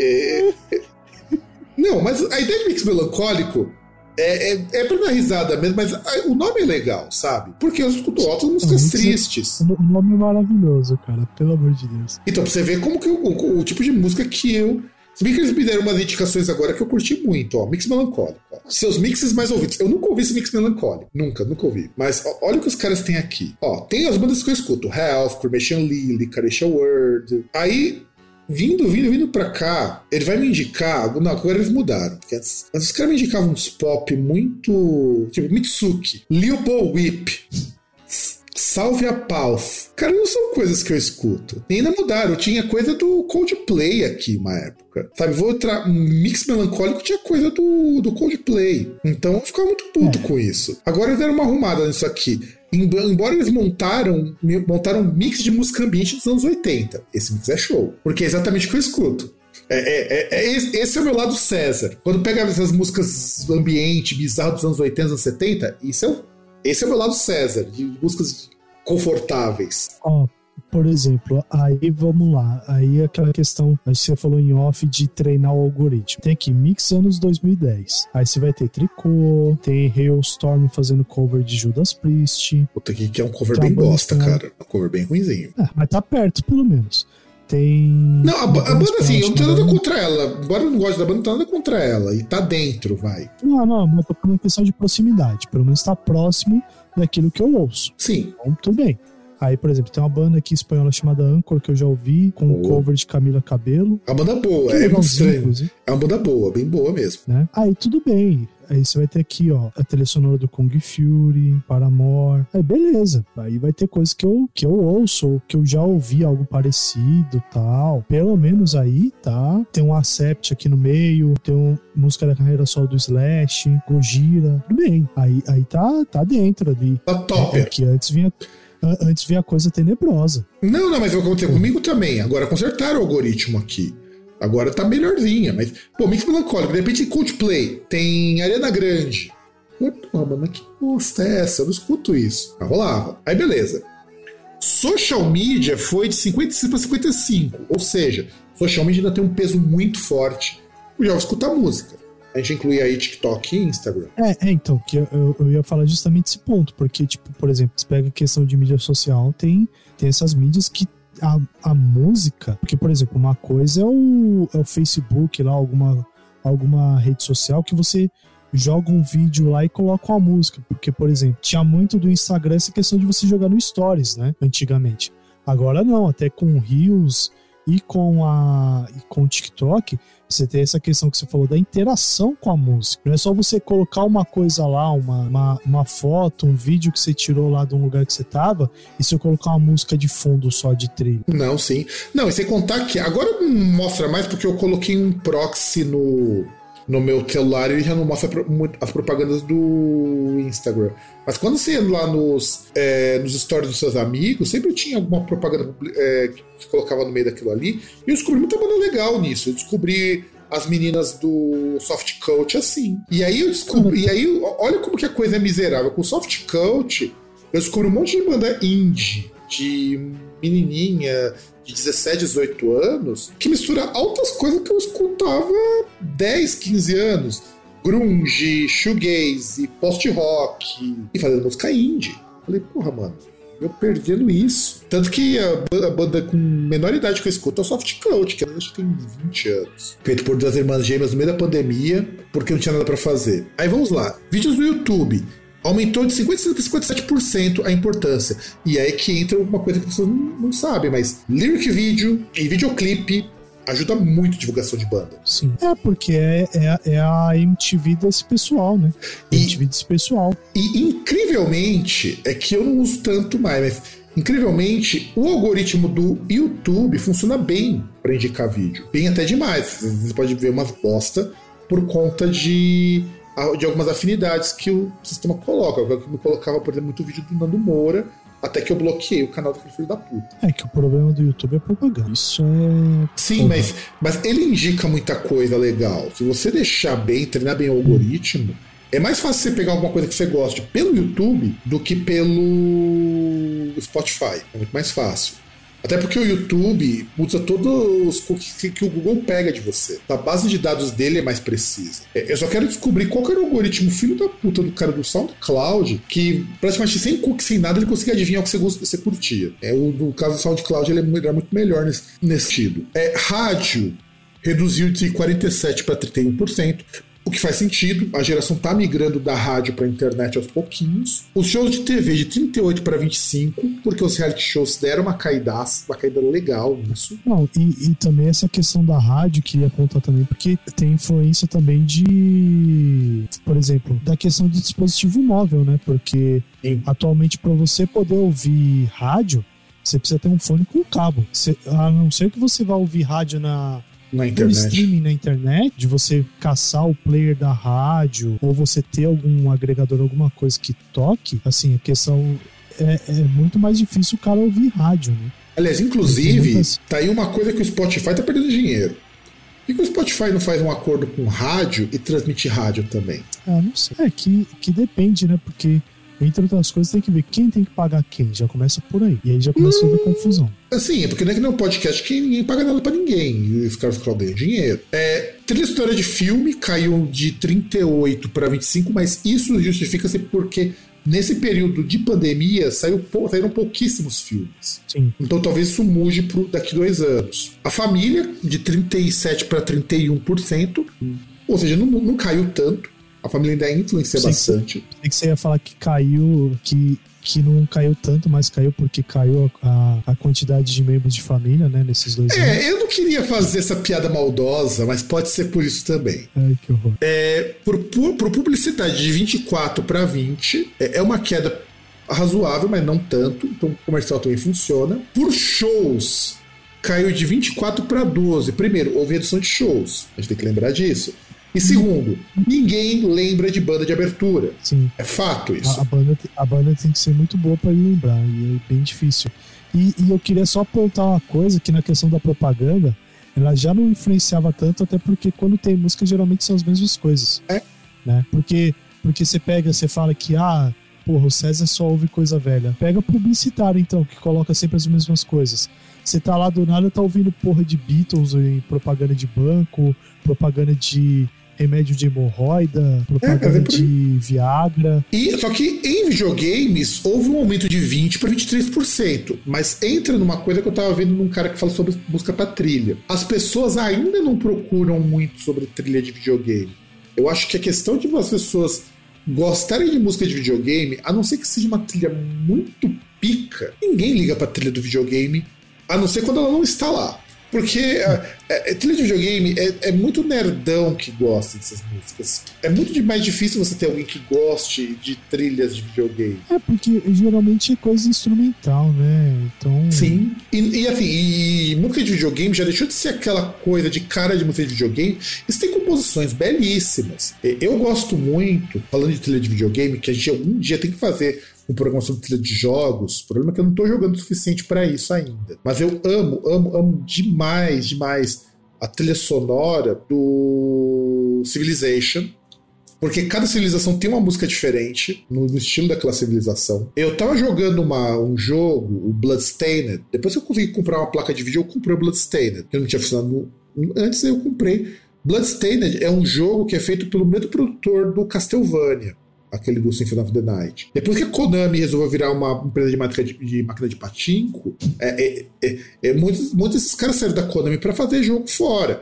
Não, mas a ideia de mix melancólico é pra dar risada mesmo, mas o nome é legal, sabe? Porque eu escuto outras músicas tristes. O nome é maravilhoso, cara, pelo amor de Deus. Então, pra você ver como que o tipo de música que eu... Se bem que eles me deram umas indicações agora que eu curti muito, mix melancólico. Seus mixes mais ouvidos. Eu nunca ouvi esse mix melancólico. Nunca ouvi. Mas olha o que os caras têm aqui. Tem as bandas que eu escuto. Health, Cremation Lily, Carisha World. Aí... Vindo pra cá, ele vai me indicar... Não, agora eles mudaram. Porque antes os caras me indicavam uns pop muito... Tipo, Mitsuki, Lil Bo Whip, Salve a Pulse. Cara, não são coisas que eu escuto. E ainda mudaram. Tinha coisa do Coldplay aqui uma época. Sabe, vou entrar... Mix melancólico tinha coisa do Coldplay. Então eu ficava muito puto com isso. Agora eles deram uma arrumada nisso aqui. Embora eles montaram um mix de música ambiente dos anos 80. Esse mix é show. Porque é exatamente o que eu escuto. Esse é o meu lado César. Quando pega essas músicas ambiente, bizarro dos anos 80, anos 70, esse é o meu lado César, de músicas confortáveis. por exemplo, aí vamos lá. Aí aquela questão, acho que você falou em off de treinar o algoritmo. Tem aqui, Mix anos 2010. Aí você vai ter Tricô, tem Hailstorm fazendo cover de Judas Priest. Puta, que é um cover bem bosta, cara. Um cover bem ruinzinho. Mas tá perto, pelo menos. Tem... Não, a banda, assim, eu não tenho nada contra ela. Embora eu não goste da banda, não tenho nada contra ela. E tá dentro, vai. Não, mas eu tô falando questão de proximidade. Pelo menos tá próximo daquilo que eu ouço. Sim. Então, tudo bem. Aí, por exemplo, tem uma banda aqui espanhola chamada Anchor, que eu já ouvi, com um cover de Camila Cabello. É uma banda boa, é muito estranho. É uma banda boa, bem boa mesmo. Né? Aí, tudo bem. Aí você vai ter aqui, ó, a trilha sonora do Kung Fury, Paramore. Aí, beleza. Aí vai ter coisas que eu ouço, ou que eu já ouvi algo parecido, tal. Pelo menos aí, tá? Tem um Accept aqui no meio, tem uma música da carreira solo do Slash, Gojira. Tudo bem. Aí tá dentro ali. Tá topper. Que antes vinha coisa tenebrosa. Não, mas vai acontecer comigo também. Agora consertaram o algoritmo aqui. Agora tá melhorzinha, mas... Pô, Mix Melancólico, de repente Coldplay, tem Ariana Grande. Pô, mas que bosta é essa? Eu não escuto isso. Mas rolava. Aí beleza. Social Media foi de 55 para 55. Ou seja, Social Media ainda tem um peso muito forte. Eu já vou escutar música. A gente inclui aí TikTok e Instagram. Então, que eu ia falar justamente esse ponto, porque, tipo, por exemplo, você pega a questão de mídia social, tem essas mídias que a música, porque, por exemplo, uma coisa é o Facebook lá, alguma rede social que você joga um vídeo lá e coloca uma música, porque, por exemplo, tinha muito do Instagram essa questão de você jogar no Stories, né, antigamente. Agora não, até com o Reels e com o TikTok, você tem essa questão que você falou da interação com a música. Não é só você colocar uma coisa lá, uma foto, um vídeo que você tirou lá de um lugar que você tava, e você colocar uma música de fundo só de trilha. Não, sim. Não, e sem contar que agora não mostra mais porque eu coloquei um proxy no meu celular e ele já não mostra as propagandas do Instagram. Mas quando você ia lá nos stories dos seus amigos, sempre tinha alguma propaganda que você colocava no meio daquilo ali. E eu descobri muita banda legal nisso. Eu descobri as meninas do Soft Coach assim. E aí eu descobri. E aí, olha como que a coisa é miserável. Com o Soft Coach, eu descobri um monte de banda indie, de menininha de 17, 18 anos, que mistura altas coisas que eu escutava 10, 15 anos. Grunge, shoegaze, post-rock, e fazendo música indie. Falei, porra, mano, eu perdendo isso. Tanto que a banda com menor idade que eu escuto é o Soft Coach, que acho que tem 20 anos. Feito por duas irmãs gêmeas no meio da pandemia, porque não tinha nada pra fazer. Aí vamos lá. Vídeos no YouTube. Aumentou de 56% para 57% a importância. E aí que entra uma coisa que as pessoas não sabem, mas lyric video e videoclipe ajuda muito a divulgação de banda. Sim. Porque é a MTV desse pessoal, né? MTV desse pessoal. E incrivelmente, é que eu não uso tanto mais, mas incrivelmente, o algoritmo do YouTube funciona bem para indicar vídeo. Bem até demais. Você pode ver umas bosta por conta de algumas afinidades que o sistema coloca. Eu me colocava, por exemplo, muito vídeo do Nando Moura, até que eu bloqueei o canal daquele filho da puta. É que o problema do YouTube é propaganda. Isso é... Sim, mas ele indica muita coisa legal. Se você deixar bem, treinar bem o algoritmo, é mais fácil você pegar alguma coisa que você goste pelo YouTube do que pelo Spotify. É muito mais fácil. Até porque o YouTube usa todos os cookies que o Google pega de você. A base de dados dele é mais precisa. Eu só quero descobrir qual que era o algoritmo filho da puta do cara do SoundCloud, que praticamente sem cookie, sem nada, ele conseguia adivinhar o que você curtia. No caso do SoundCloud, ele era muito melhor nesse sentido. Rádio reduziu de 47% para 31%. O que faz sentido, a geração tá migrando da rádio pra internet aos pouquinhos. Os shows de TV de 38 para 25, porque os reality shows deram uma caída legal nisso. Não, e também essa questão da rádio, queria contar também, porque tem influência também de, por exemplo, da questão de dispositivo móvel, né? Porque atualmente, para você poder ouvir rádio, você precisa ter um fone com cabo. A não ser que você vá ouvir rádio na internet. Streaming na internet, de você caçar o player da rádio, ou você ter algum agregador, alguma coisa que toque, assim, a questão é muito mais difícil o cara ouvir rádio, né? Aliás, inclusive, tá aí uma coisa que o Spotify tá perdendo dinheiro. Por que o Spotify não faz um acordo com rádio e transmite rádio também? Não sei. Que depende, né? Porque Entre outras coisas, tem que ver quem tem que pagar quem. Já começa por aí. E aí já começa toda a confusão. Assim, é porque não é que não é um podcast que ninguém paga nada pra ninguém. E os caras ganham dinheiro. Trilha sonora de filme caiu de 38 para 25, mas isso justifica-se porque nesse período de pandemia saíram pouquíssimos filmes. Sim. Então talvez isso mude daqui 2 anos. A família, de 37 para 31%, ou seja, não caiu tanto. A família ainda influencia bastante. Sei que você ia falar que caiu, que não caiu tanto, mas caiu porque caiu a quantidade de membros de família, né, nesses 2 anos. Eu não queria fazer essa piada maldosa, mas pode ser por isso também. Ai, que horror. Por publicidade de 24 para 20, é uma queda razoável, mas não tanto, então o comercial também funciona. Por shows, caiu de 24 para 12. Primeiro, houve redução de shows, a gente tem que lembrar disso. E segundo, ninguém lembra de banda de abertura. Sim. É fato isso. A banda tem que ser muito boa para lembrar, e é bem difícil. E eu queria só apontar uma coisa, que na questão da propaganda, ela já não influenciava tanto, até porque quando tem música, geralmente são as mesmas coisas. Né? Porque você fala que, o César só ouve coisa velha. Pega publicitário, então, que coloca sempre as mesmas coisas. Você tá lá do nada, tá ouvindo porra de Beatles, propaganda de banco, propaganda de remédio de hemorroida, propaganda de Viagra. Só que em videogames houve um aumento de 20% para 23%. Mas entra numa coisa que eu tava vendo num cara que fala sobre música pra trilha. As pessoas ainda não procuram muito sobre trilha de videogame. Eu acho que a questão de as pessoas gostarem de música de videogame, a não ser que seja uma trilha muito pica, ninguém liga pra trilha do videogame, a não ser quando ela não está lá. Porque trilha de videogame é muito nerdão que gosta dessas músicas. É muito mais difícil você ter alguém que goste de trilhas de videogame. Porque geralmente é coisa instrumental, né? Então... Sim. E música de videogame já deixou de ser aquela coisa de cara de música de videogame. Eles têm composições belíssimas. Eu gosto muito, falando de trilha de videogame, que a gente algum dia tem que fazer um programa sobre trilha de jogos. O problema é que eu não tô jogando o suficiente pra isso ainda. Mas eu amo demais a trilha sonora do Civilization. Porque cada civilização tem uma música diferente no estilo daquela civilização. Eu tava jogando um jogo, o Bloodstained. Depois que eu consegui comprar uma placa de vídeo, eu comprei o Bloodstained, que não tinha funcionado antes, eu comprei. Bloodstained é um jogo que é feito pelo mesmo produtor do Castlevania, aquele do Symphony of the Night. Depois que a Konami resolveu virar uma empresa de máquina de pachinko, muitos desses caras saíram da Konami para fazer jogo fora.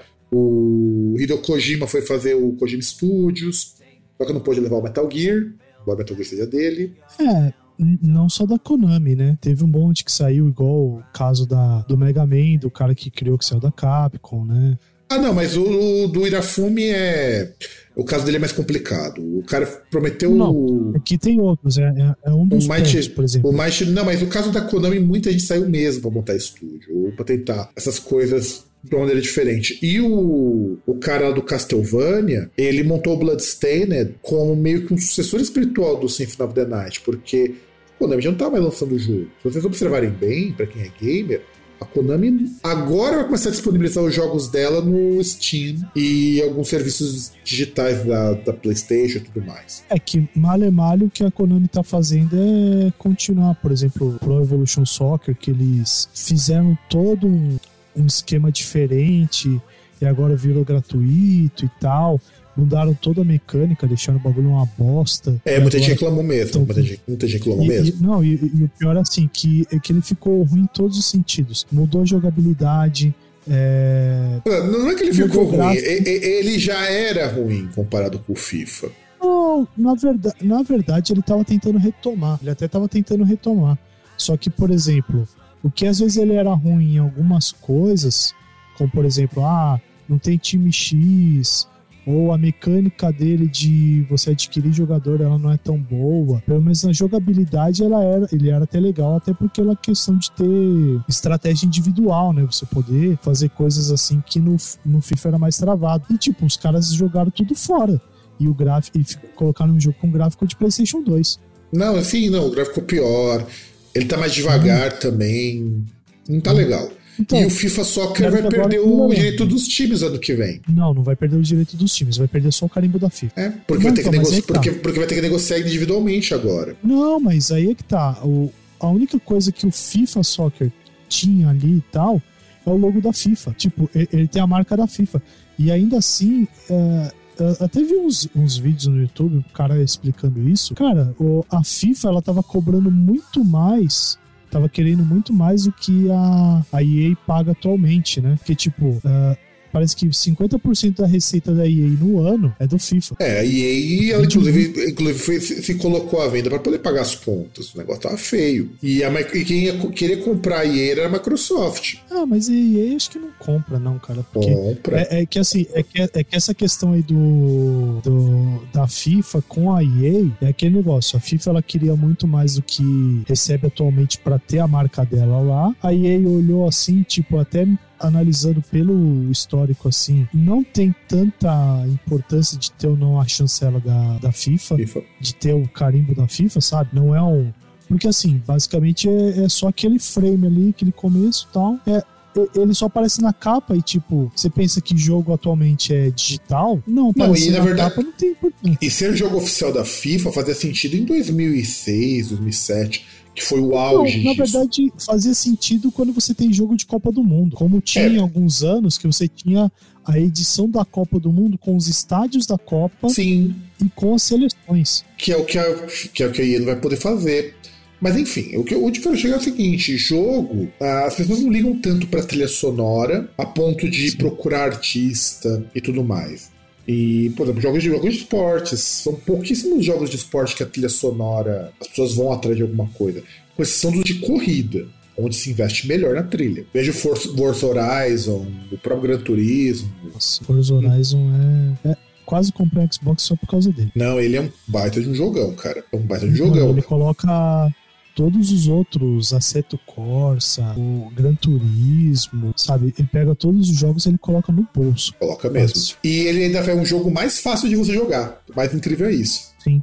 O Hideo Kojima foi fazer o Kojima Studios, só que não pôde levar o Metal Gear, embora o Metal Gear seja dele. Não só da Konami, né? Teve um monte que saiu, igual o caso do Mega Man, do cara que criou, que saiu da Capcom, né? Não, mas o do Irafumi o caso dele é mais complicado. O cara prometeu... Não, aqui tem outros. É um dos pontos, por exemplo. Não, mas o caso da Konami, muita gente saiu mesmo pra montar estúdio, ou pra tentar essas coisas de uma maneira diferente. E o cara do Castlevania, ele montou o Bloodstained como meio que um sucessor espiritual do Symphony of the Night, porque a Konami já não tá mais lançando o jogo. Se vocês observarem bem, pra quem é gamer, a Konami agora vai começar a disponibilizar os jogos dela no Steam e alguns serviços digitais da PlayStation e tudo mais. Que malho o que a Konami tá fazendo é continuar, por exemplo, o Pro Evolution Soccer, que eles fizeram todo um esquema diferente e agora virou gratuito e tal. Mudaram toda a mecânica, deixaram o bagulho uma bosta. Muita gente reclamou mesmo. Muita gente reclamou mesmo. E o pior é assim, que ele ficou ruim em todos os sentidos. Mudou a jogabilidade. Não é que ele ficou ruim, ele já era ruim comparado com o FIFA. Não, na verdade ele tava tentando retomar. Ele até tava tentando retomar. Só que, por exemplo, o que às vezes ele era ruim em algumas coisas, como por exemplo, não tem time X, ou a mecânica dele de você adquirir jogador, ela não é tão boa. Pelo menos na jogabilidade ele era até legal, até porque era questão de ter estratégia individual, né? Você poder fazer coisas assim que no FIFA era mais travado. E tipo, os caras jogaram tudo fora. E o gráfico, e colocaram um jogo com gráfico de PlayStation 2. Não, o gráfico pior. Ele tá mais devagar também. Não tá legal. Então, e o FIFA Soccer vai perder o direito dos times ano que vem. Não vai perder o direito dos times, vai perder só o carimbo da FIFA. Porque vai ter que negociar individualmente agora. Não, mas aí é que tá. A única coisa que o FIFA Soccer tinha ali e tal é o logo da FIFA. Tipo, ele tem a marca da FIFA. E ainda assim, até vi uns vídeos no YouTube, o cara explicando isso. Cara, a FIFA, ela tava cobrando muito mais, tava querendo muito mais do que a EA paga atualmente, né? Porque, tipo, parece que 50% da receita da EA no ano é do FIFA. A EA, ela inclusive se colocou à venda para poder pagar as contas. O negócio tava feio. E quem ia querer comprar a EA era a Microsoft. Mas a EA acho que não compra, não, cara. Porque compra. É que essa questão aí da FIFA com a EA é aquele negócio. A FIFA, ela queria muito mais do que recebe atualmente para ter a marca dela lá. A EA olhou assim, tipo, até analisando pelo histórico, assim, não tem tanta importância de ter ou não a chancela da FIFA, de ter o carimbo da FIFA, sabe? Não é um... Porque, assim, basicamente é só aquele frame ali, aquele começo e tal. Ele só aparece na capa e, tipo, você pensa que jogo atualmente é digital? Não, e na verdade, capa não tem importância. E ser jogo oficial da FIFA fazia sentido em 2006, 2007... que foi o auge disso. Na verdade, fazia sentido quando você tem jogo de Copa do Mundo. Como tinha em alguns anos que você tinha a edição da Copa do Mundo com os estádios da Copa. Sim. E com as seleções. Que é o que a EA não vai poder fazer. Mas enfim, onde eu quero chegar é o seguinte: jogo, as pessoas não ligam tanto pra trilha sonora a ponto de procurar artista e tudo mais. E, por exemplo, jogos de esportes, são pouquíssimos jogos de esporte que a trilha sonora, as pessoas vão atrás de alguma coisa, com exceção dos de corrida, onde se investe melhor na trilha. Veja o Forza Horizon, o próprio Gran Turismo. Nossa, Forza Horizon quase comprei um Xbox só por causa dele. Não, ele é um baita de um jogão, cara. É um baita de um jogão. Ele coloca todos os outros, Assetto Corsa, o Gran Turismo, sabe? Ele pega todos os jogos e ele coloca no bolso. Coloca mesmo. Fácil. E ele ainda é um jogo mais fácil de você jogar. O mais incrível é isso. Sim.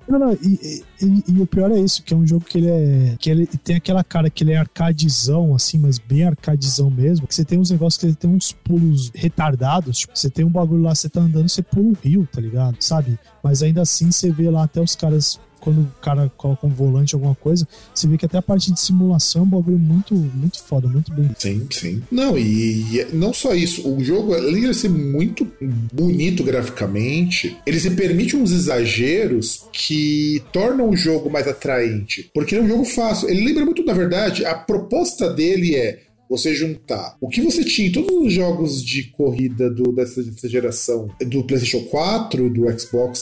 E o pior é isso, que é um jogo que ele tem aquela cara que ele é arcadezão, assim, mas bem arcadezão mesmo. Que você tem uns negócios que ele tem uns pulos retardados. Tipo, você tem um bagulho lá, você tá andando, você pula um rio, tá ligado? Sabe? Mas ainda assim você vê lá até os caras... Quando o cara coloca um volante, alguma coisa, você vê que até a parte de simulação é um bagulho muito, muito foda, muito bem. Sim. Não, e não só isso. O jogo, além de ser muito bonito graficamente, ele se permite uns exageros que tornam o jogo mais atraente. Porque ele é um jogo fácil. Ele lembra muito, na verdade, a proposta dele é você juntar o que você tinha em todos os jogos de corrida dessa geração do PlayStation 4, do Xbox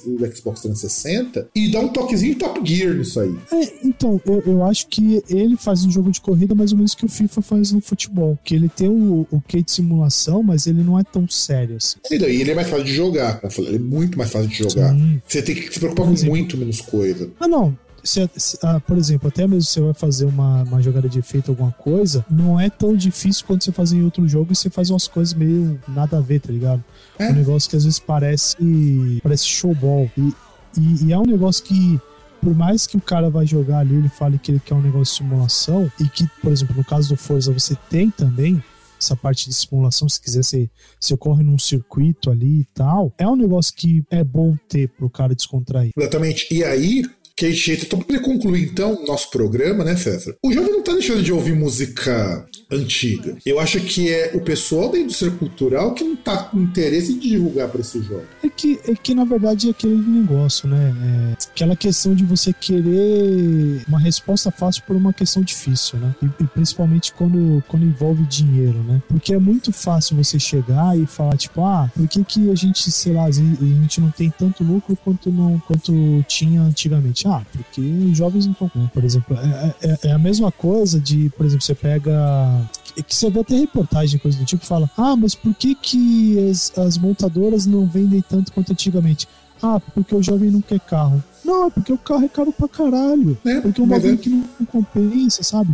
360 e dar um toquezinho Top Gear nisso aí. Então, eu acho que ele faz um jogo de corrida mais ou menos que o FIFA faz no futebol, que ele tem o quê de simulação, mas ele não é tão sério assim. E daí ele é mais fácil de jogar, como eu falei, ele é muito mais fácil de jogar. Sim. Você tem que se preocupar com muito menos coisa. Não. Por exemplo, até mesmo você vai fazer uma jogada de efeito, alguma coisa, não é tão difícil quando você faz em outro jogo e você faz umas coisas meio nada a ver, tá ligado? Um negócio que às vezes parece showball. E é um negócio que, por mais que o cara vai jogar ali, ele fale que ele quer um negócio de simulação, e que, por exemplo, no caso do Forza você tem também essa parte de simulação, se quiser você corre num circuito ali e tal, é um negócio que é bom ter pro cara descontrair. Exatamente. E aí que a gente entra. Então, para concluir, então, nosso programa, né, César? O jovem não tá deixando de ouvir música antiga. Eu acho que é o pessoal da indústria cultural que não tá com interesse de divulgar para esse jovem. É que, na verdade, é aquele negócio, né? Aquela questão de você querer uma resposta fácil por uma questão difícil, né? E principalmente quando envolve dinheiro, né? Porque é muito fácil você chegar e falar, tipo, por que a gente, sei lá, a gente não tem tanto lucro quanto tinha antigamente? Porque os jovens não estão, né? Por exemplo, é a mesma coisa de, por exemplo, você pega... que você vê até reportagem, coisa do tipo, fala, mas por que as montadoras não vendem tanto quanto antigamente? Porque o jovem não quer carro. Não, porque o carro é caro pra caralho. Porque é um bagulho que não compensa, sabe?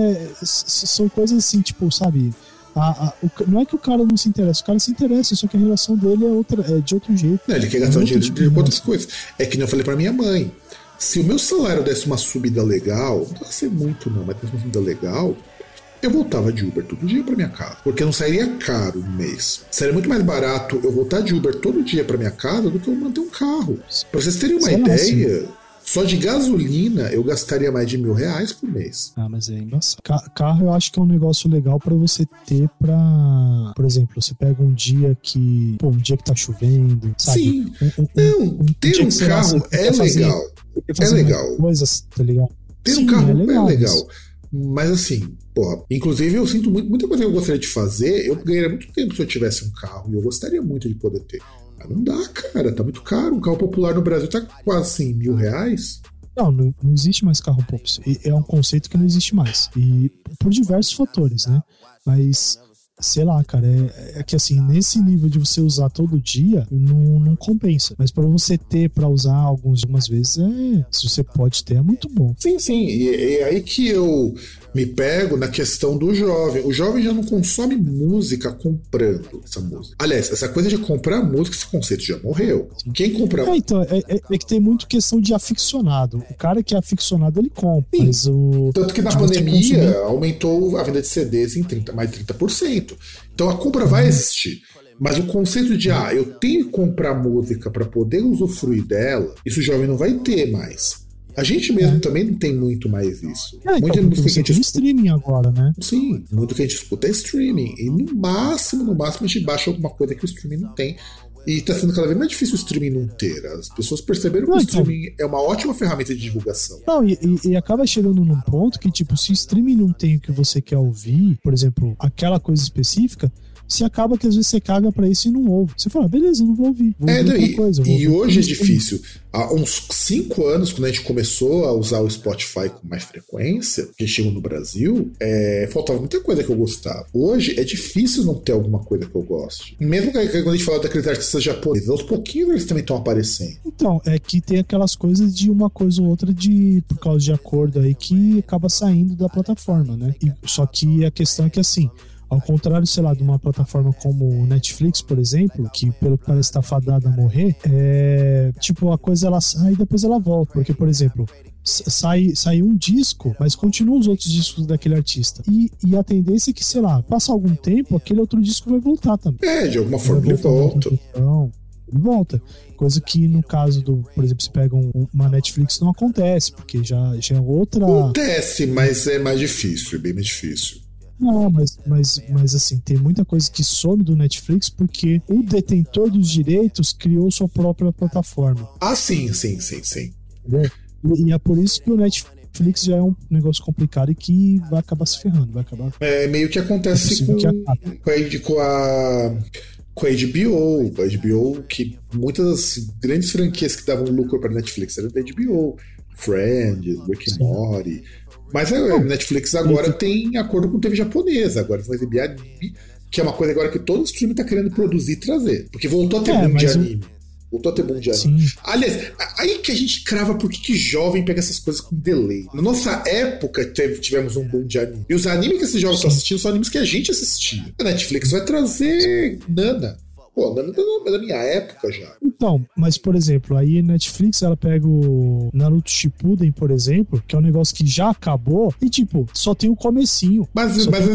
São coisas assim, tipo, sabe... não é que o cara não se interessa, o cara se interessa, só que a relação dele é de outro jeito. Não, ele quer gastar dinheiro de outras coisas. É que nem eu falei pra minha mãe. Se o meu salário desse uma subida legal, não vai ser muito não, mas desse uma subida legal, eu voltava de Uber todo dia pra minha casa. Porque não sairia caro no mês. Seria muito mais barato eu voltar de Uber todo dia pra minha casa do que eu manter um carro. Pra vocês terem uma ideia, só de gasolina eu gastaria mais de R$1.000 por mês. Ah, mas é embaçado. Carro eu acho que é um negócio legal pra você ter pra... Por exemplo, você pega um dia que... Pô, um dia que tá chovendo, sabe? Sim. Ter um carro é legal. É legal. Coisas, tá ligado? Ter um carro é legal. Mas assim, porra, inclusive eu sinto muita coisa que eu gostaria de fazer, eu ganharia muito tempo se eu tivesse um carro, e eu gostaria muito de poder ter. Mas não dá, cara, tá muito caro. Um carro popular no Brasil tá quase assim, R$1.000. Não existe mais carro popular. É um conceito que não existe mais. E por diversos fatores, né? Mas... sei lá, cara, é que assim, nesse nível de você usar todo dia, não compensa. Mas pra você ter pra usar algumas vezes, se você pode ter, é muito bom. Sim. E é aí que eu me pego na questão do jovem. O jovem já não consome música comprando essa música. Aliás, essa coisa de comprar música, esse conceito já morreu. Sim. Quem compra... Então, é que tem muito questão de aficionado. O cara que é aficionado, ele compra. Sim. Mas tanto que na pandemia aumentou a venda de CDs em mais de 30%. Então a compra vai existir. Mas o conceito de eu tenho que comprar música para poder usufruir dela, isso o jovem não vai ter mais. A gente mesmo também não tem muito mais isso. Muita música que a gente escuta... streaming agora, né? Sim, muito que a gente escuta é streaming. E no máximo a gente baixa alguma coisa que o streaming não tem. E tá sendo cada vez mais difícil o streaming não ter. As pessoas perceberam que o streaming é uma ótima ferramenta de divulgação. Não, e acaba chegando num ponto que, tipo, se o streaming não tem o que você quer ouvir, por exemplo, aquela coisa específica, se acaba que às vezes você caga pra isso e não ouve. Você fala, beleza, não vou ouvir. E hoje é difícil. Há uns 5 anos, quando a gente começou a usar o Spotify com mais frequência, que chegou no Brasil, faltava muita coisa que eu gostava. Hoje é difícil não ter alguma coisa que eu goste. Mesmo que quando a gente fala daqueles artistas japoneses, aos pouquinhos eles também estão aparecendo. Então, é que tem aquelas coisas de uma coisa ou outra por causa de acordo aí que acaba saindo da plataforma, né? Só que a questão é que assim, ao contrário, sei lá, de uma plataforma como o Netflix, por exemplo, que pelo que parece tá fadada a morrer, tipo, a coisa ela sai e depois ela volta. Porque, por exemplo, sai um disco, mas continuam os outros discos daquele artista. E a tendência é que, sei lá, passa algum tempo, aquele outro disco vai voltar também. De alguma forma ele volta. Volta. Coisa que no caso por exemplo, se pega uma Netflix não acontece, porque já é outra... Acontece, mas é mais difícil, é bem mais difícil. Não, mas assim, tem muita coisa que some do Netflix porque o detentor dos direitos criou sua própria plataforma. Sim. Entendeu? E é por isso que o Netflix já é um negócio complicado e que vai acabar se ferrando, vai acabar... meio que acontece com a HBO. A HBO, que muitas das grandes franquias que davam lucro para Netflix eram da HBO. Friends, Rick and Morty... Mas a Netflix agora tem acordo com TV japonesa, agora vão exibir anime, que é uma coisa agora que todo streaming tá querendo produzir e trazer. Porque voltou a ter boom de anime. Voltou a ter boom de anime. Sim. Aliás, aí que a gente crava por que jovem pega essas coisas com delay. Na nossa época tivemos um boom de anime. E os animes que esses jovens estão assistindo são animes que a gente assistia. A Netflix vai trazer Nana. Pô, Nana é da minha época já. Então, mas por exemplo, aí a Netflix ela pega o Naruto Shippuden, por exemplo, que é um negócio que já acabou e tipo, só tem o comecinho. Mas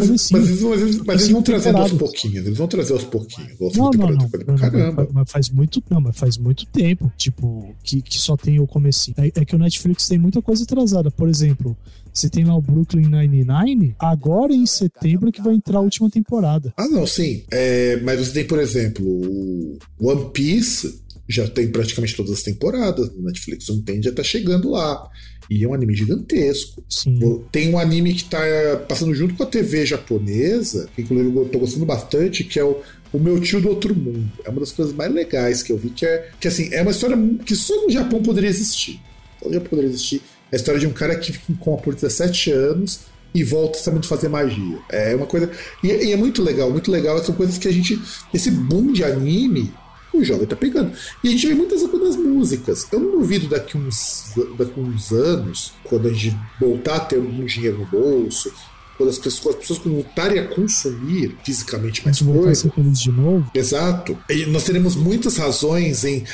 eles vão trazendo aos pouquinhos. Eles vão trazer aos pouquinhos. Caramba. Mas faz muito tempo, tipo, que só tem o comecinho. É que o Netflix tem muita coisa atrasada. Por exemplo, você tem lá o Brooklyn Nine-Nine, agora em setembro que vai entrar a última temporada. Não, sim. Mas você tem, por exemplo, o One Piece, já tem praticamente todas as temporadas no Netflix. O One já tá chegando lá. E é um anime gigantesco. Sim. Tem um anime que tá passando junto com a TV japonesa, que inclusive eu tô gostando bastante, que é o Meu Tio do Outro Mundo. É uma das coisas mais legais que eu vi, que assim, é uma história que só no Japão poderia existir. Só no Japão poderia existir. É a história de um cara que fica em coma por 17 anos e volta sabendo fazer magia. É uma coisa... E é muito legal. São coisas que a gente... Esse boom de anime, o jovem tá pegando. E a gente vê muitas coisas das músicas. Eu não duvido daqui uns anos, quando a gente voltar a ter um dinheiro no bolso, quando as pessoas voltarem a consumir fisicamente mais coisa. De novo. Exato. E nós teremos muitas razões em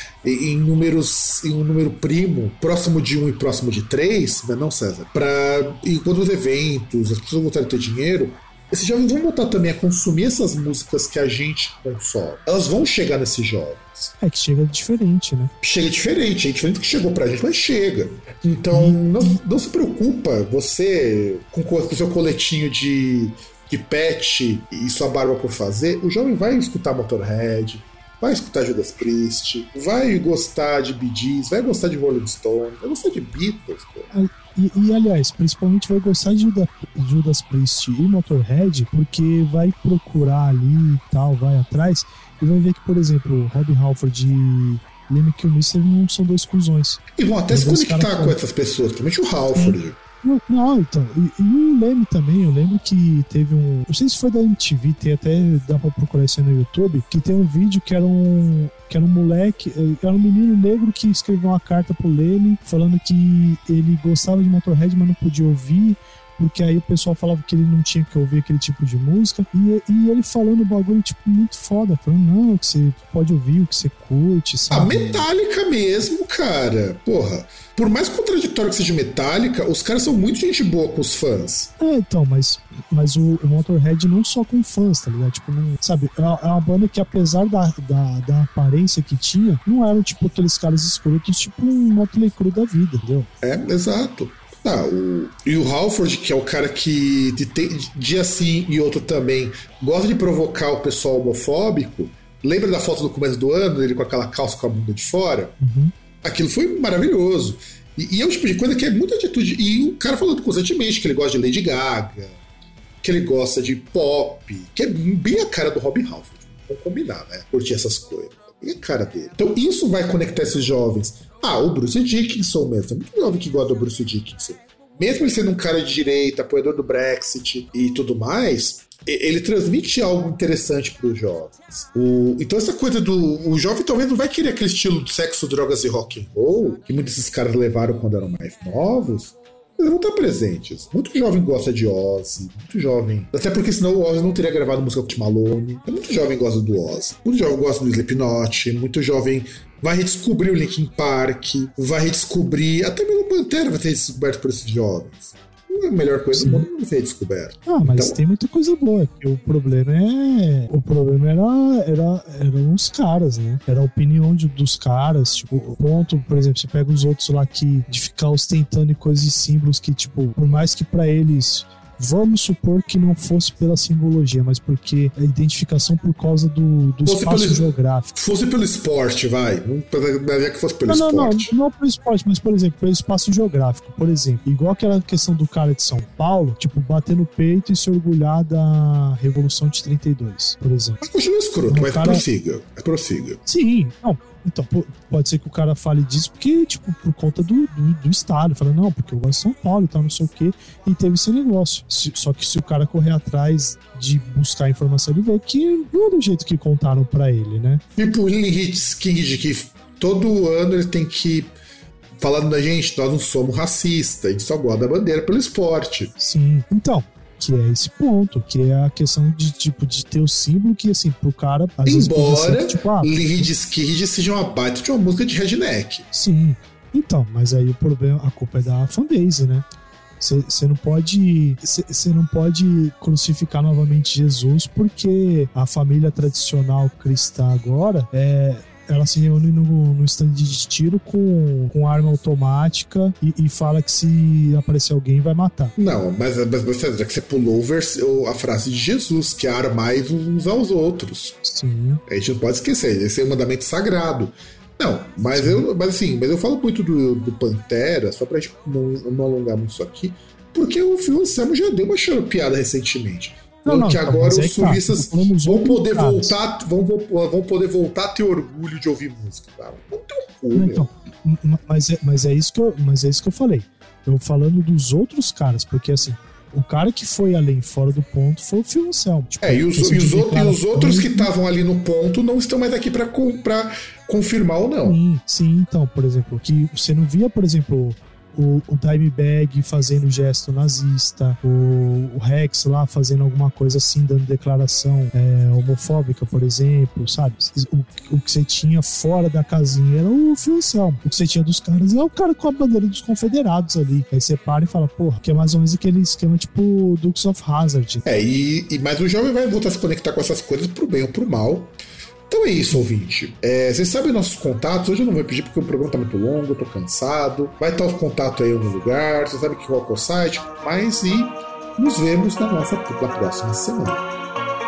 um número primo, próximo de 1 e próximo de 3, mas não, César? E quando os eventos, as pessoas voltarem a ter dinheiro, esses jovens vão voltar também a consumir essas músicas que a gente consome. Elas vão chegar nesses jovens. É que chega diferente, né? Chega diferente, é diferente do que chegou pra gente, mas chega. Então, não se preocupa, você, com o seu coletinho de pet e sua barba por fazer, o jovem vai escutar Motorhead, vai escutar Judas Priest, vai gostar de Bee Gees, vai gostar de Rolling Stone, vai gostar de Beatles, pô. E, aliás, principalmente vai gostar de Judas Priest e Motorhead, porque vai procurar ali e tal, vai atrás, e vai ver que, por exemplo, Rob Halford e Lemmy Kilmister não são dois cuzões. E vão até se conectar com essas pessoas, principalmente o Halford. Não, então, e o Lemmy também, eu lembro que teve não sei se foi da MTV, tem até, dá pra procurar isso aí no YouTube, que tem um vídeo que era um moleque, era um menino negro que escreveu uma carta pro Lemmy falando que ele gostava de Motorhead, mas não podia ouvir, porque aí o pessoal falava que ele não tinha que ouvir aquele tipo de música, e ele falando o bagulho, tipo, muito foda, falando, não, que você pode ouvir o que você curte, sabe? A Metallica mesmo, cara, porra, por mais contraditório que seja Metallica, os caras são muito gente boa com os fãs. Então, mas o Motorhead não só com fãs, tá ligado? Tipo, não, sabe, é uma banda que apesar da aparência que tinha, não eram, tipo, aqueles caras escrotos, tipo um Motley Crue da vida, entendeu? Exato. E o Halford, que é o cara que dia sim e outro também gosta de provocar o pessoal homofóbico. Lembra da foto do começo do ano, ele com aquela calça com a bunda de fora? Uhum. Aquilo foi maravilhoso. E é o tipo de coisa que é muita atitude. E o cara falando constantemente que ele gosta de Lady Gaga, que ele gosta de pop, que é bem a cara do Rob Halford. Vamos combinar, né? Curtir essas coisas. Bem a cara dele. Então isso vai conectar esses jovens. O Bruce Dickinson mesmo. Tem muito jovem que gosta do Bruce Dickinson. Mesmo ele sendo um cara de direita, apoiador do Brexit e tudo mais, ele transmite algo interessante para os jovens. Então essa coisa o jovem talvez não vai querer aquele estilo de sexo, drogas e rock and roll que muitos desses caras levaram quando eram mais novos. Eles vão estar presentes. Muito jovem gosta de Ozzy, muito jovem. Até porque senão o Ozzy não teria gravado música com o Tim Malone. Muito jovem gosta do Ozzy. Muito jovem gosta do Slipknot. Muito jovem vai redescobrir o Linkin Park. Vai redescobrir. Até mesmo o Pantera vai ser descoberto por esses jovens. Não é a melhor coisa do mundo, não vai ser descoberto. Mas então, tem muita coisa boa. O problema eram os caras, né? Era a opinião dos caras. Tipo, o ponto, por exemplo, você pega os outros lá de ficar ostentando coisas e símbolos que, tipo, por mais que pra eles, vamos supor que não fosse pela simbologia, mas porque a identificação por causa do espaço geográfico. Fosse pelo esporte, vai. Não é que fosse pelo esporte. Não pelo esporte, mas, por exemplo, pelo espaço geográfico. Por exemplo, igual aquela questão do cara de São Paulo, tipo, bater no peito e se orgulhar da Revolução de 32, por exemplo. Mas continua escroto, mas prossiga. Sim, não. Então, pode ser que o cara fale disso porque, tipo, por conta do Estado. Fala, não, porque eu gosto de São Paulo e tal, não sei o quê. E teve esse negócio. Só que se o cara correr atrás de buscar informação, ele vê que não é do jeito que contaram pra ele, né? Tipo o King, que todo ano ele tem que falando da gente, nós não somos racistas, a gente só gosta da bandeira pelo esporte. Sim, então... Que é esse ponto, que é a questão de ter o símbolo que, assim, pro cara... Embora Skid seja uma baita de uma música de redneck. Sim, então, mas aí o problema, a culpa é da fanbase, né? Você não pode crucificar novamente Jesus porque a família tradicional cristã agora ela se reúne no stand de tiro com arma automática e fala que se aparecer alguém vai matar. Não, mas é que você pulou a frase de Jesus, que é armai uns aos outros. Sim. A gente não pode esquecer, esse é um mandamento sagrado. Não, mas eu falo muito do Pantera, só pra gente não alongar muito isso aqui, porque o Phil Anselmo já deu uma piada recentemente. Porque agora os sulistas vão poder voltar a ter orgulho de ouvir música. Cara. Não tem orgulho. Então, mas é isso que eu falei. Eu falando dos outros caras, porque assim, o cara que foi além fora do ponto foi o Phil Anselmo. Tipo, e os outros que estavam ali no ponto não estão mais aqui pra confirmar ou não. Sim, então, por exemplo, que você não via, por exemplo, o Dimebag fazendo gesto nazista, o Rex lá fazendo alguma coisa assim, dando declaração homofóbica, por exemplo, sabe? O que você tinha fora da casinha era o Phil Anselmo. O que você tinha dos caras é o cara com a bandeira dos confederados ali. Aí você para e fala, porra, que é mais ou menos aquele esquema tipo Dukes of Hazzard. Mas o jovem vai voltar a se conectar com essas coisas pro bem ou pro mal. Então é isso, ouvinte. Vocês sabem nossos contatos. Hoje eu não vou pedir porque o programa tá muito longo, eu tô cansado. Vai estar os contatos aí em algum lugar. Você sabe qual é o site. Mas nos vemos na próxima semana.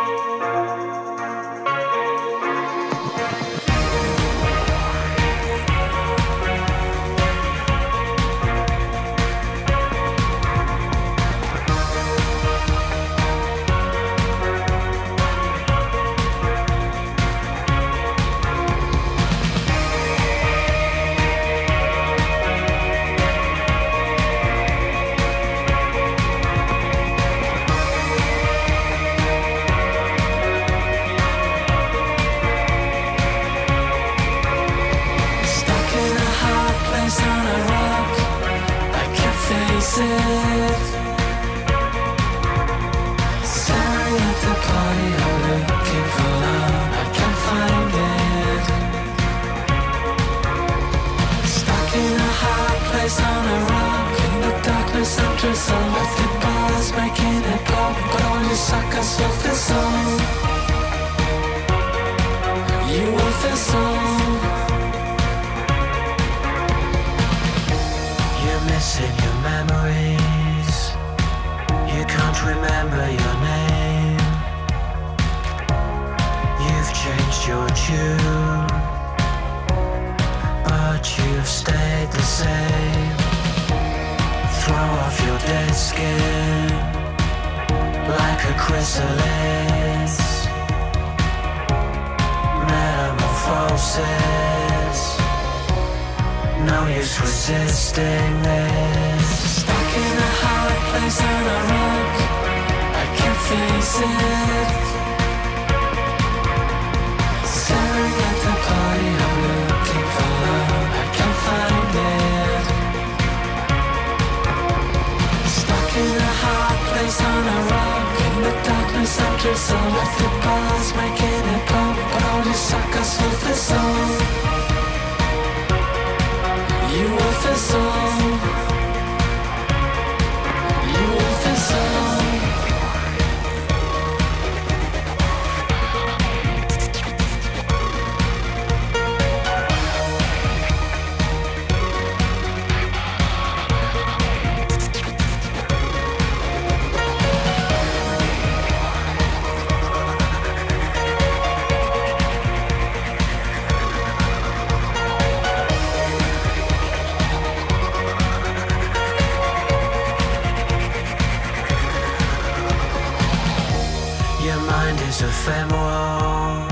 Ephemeral,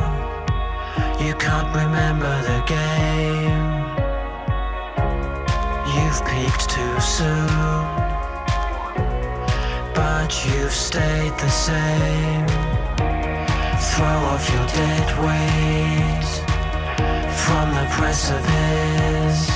you can't remember the game. You've peaked too soon, but you've stayed the same. Throw off your dead weight from the precipice.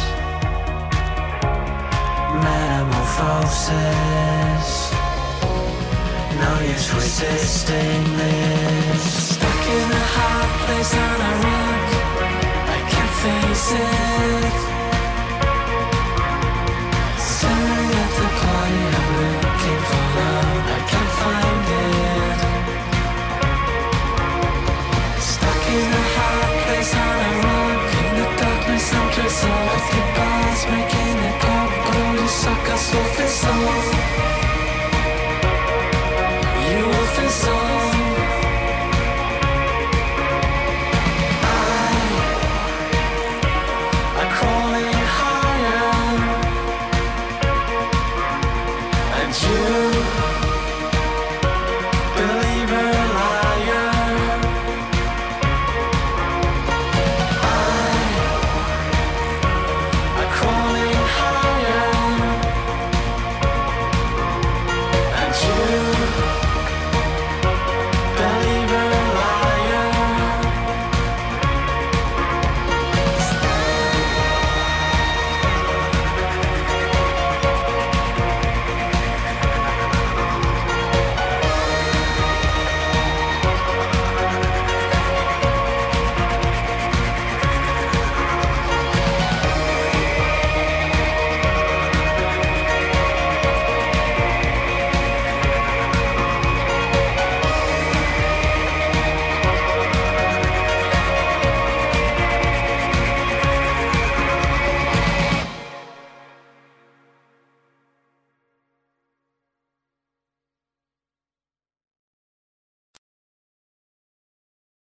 Metamorphosis, no use resisting this. Stuck in a hard place on a rock, I can't face it.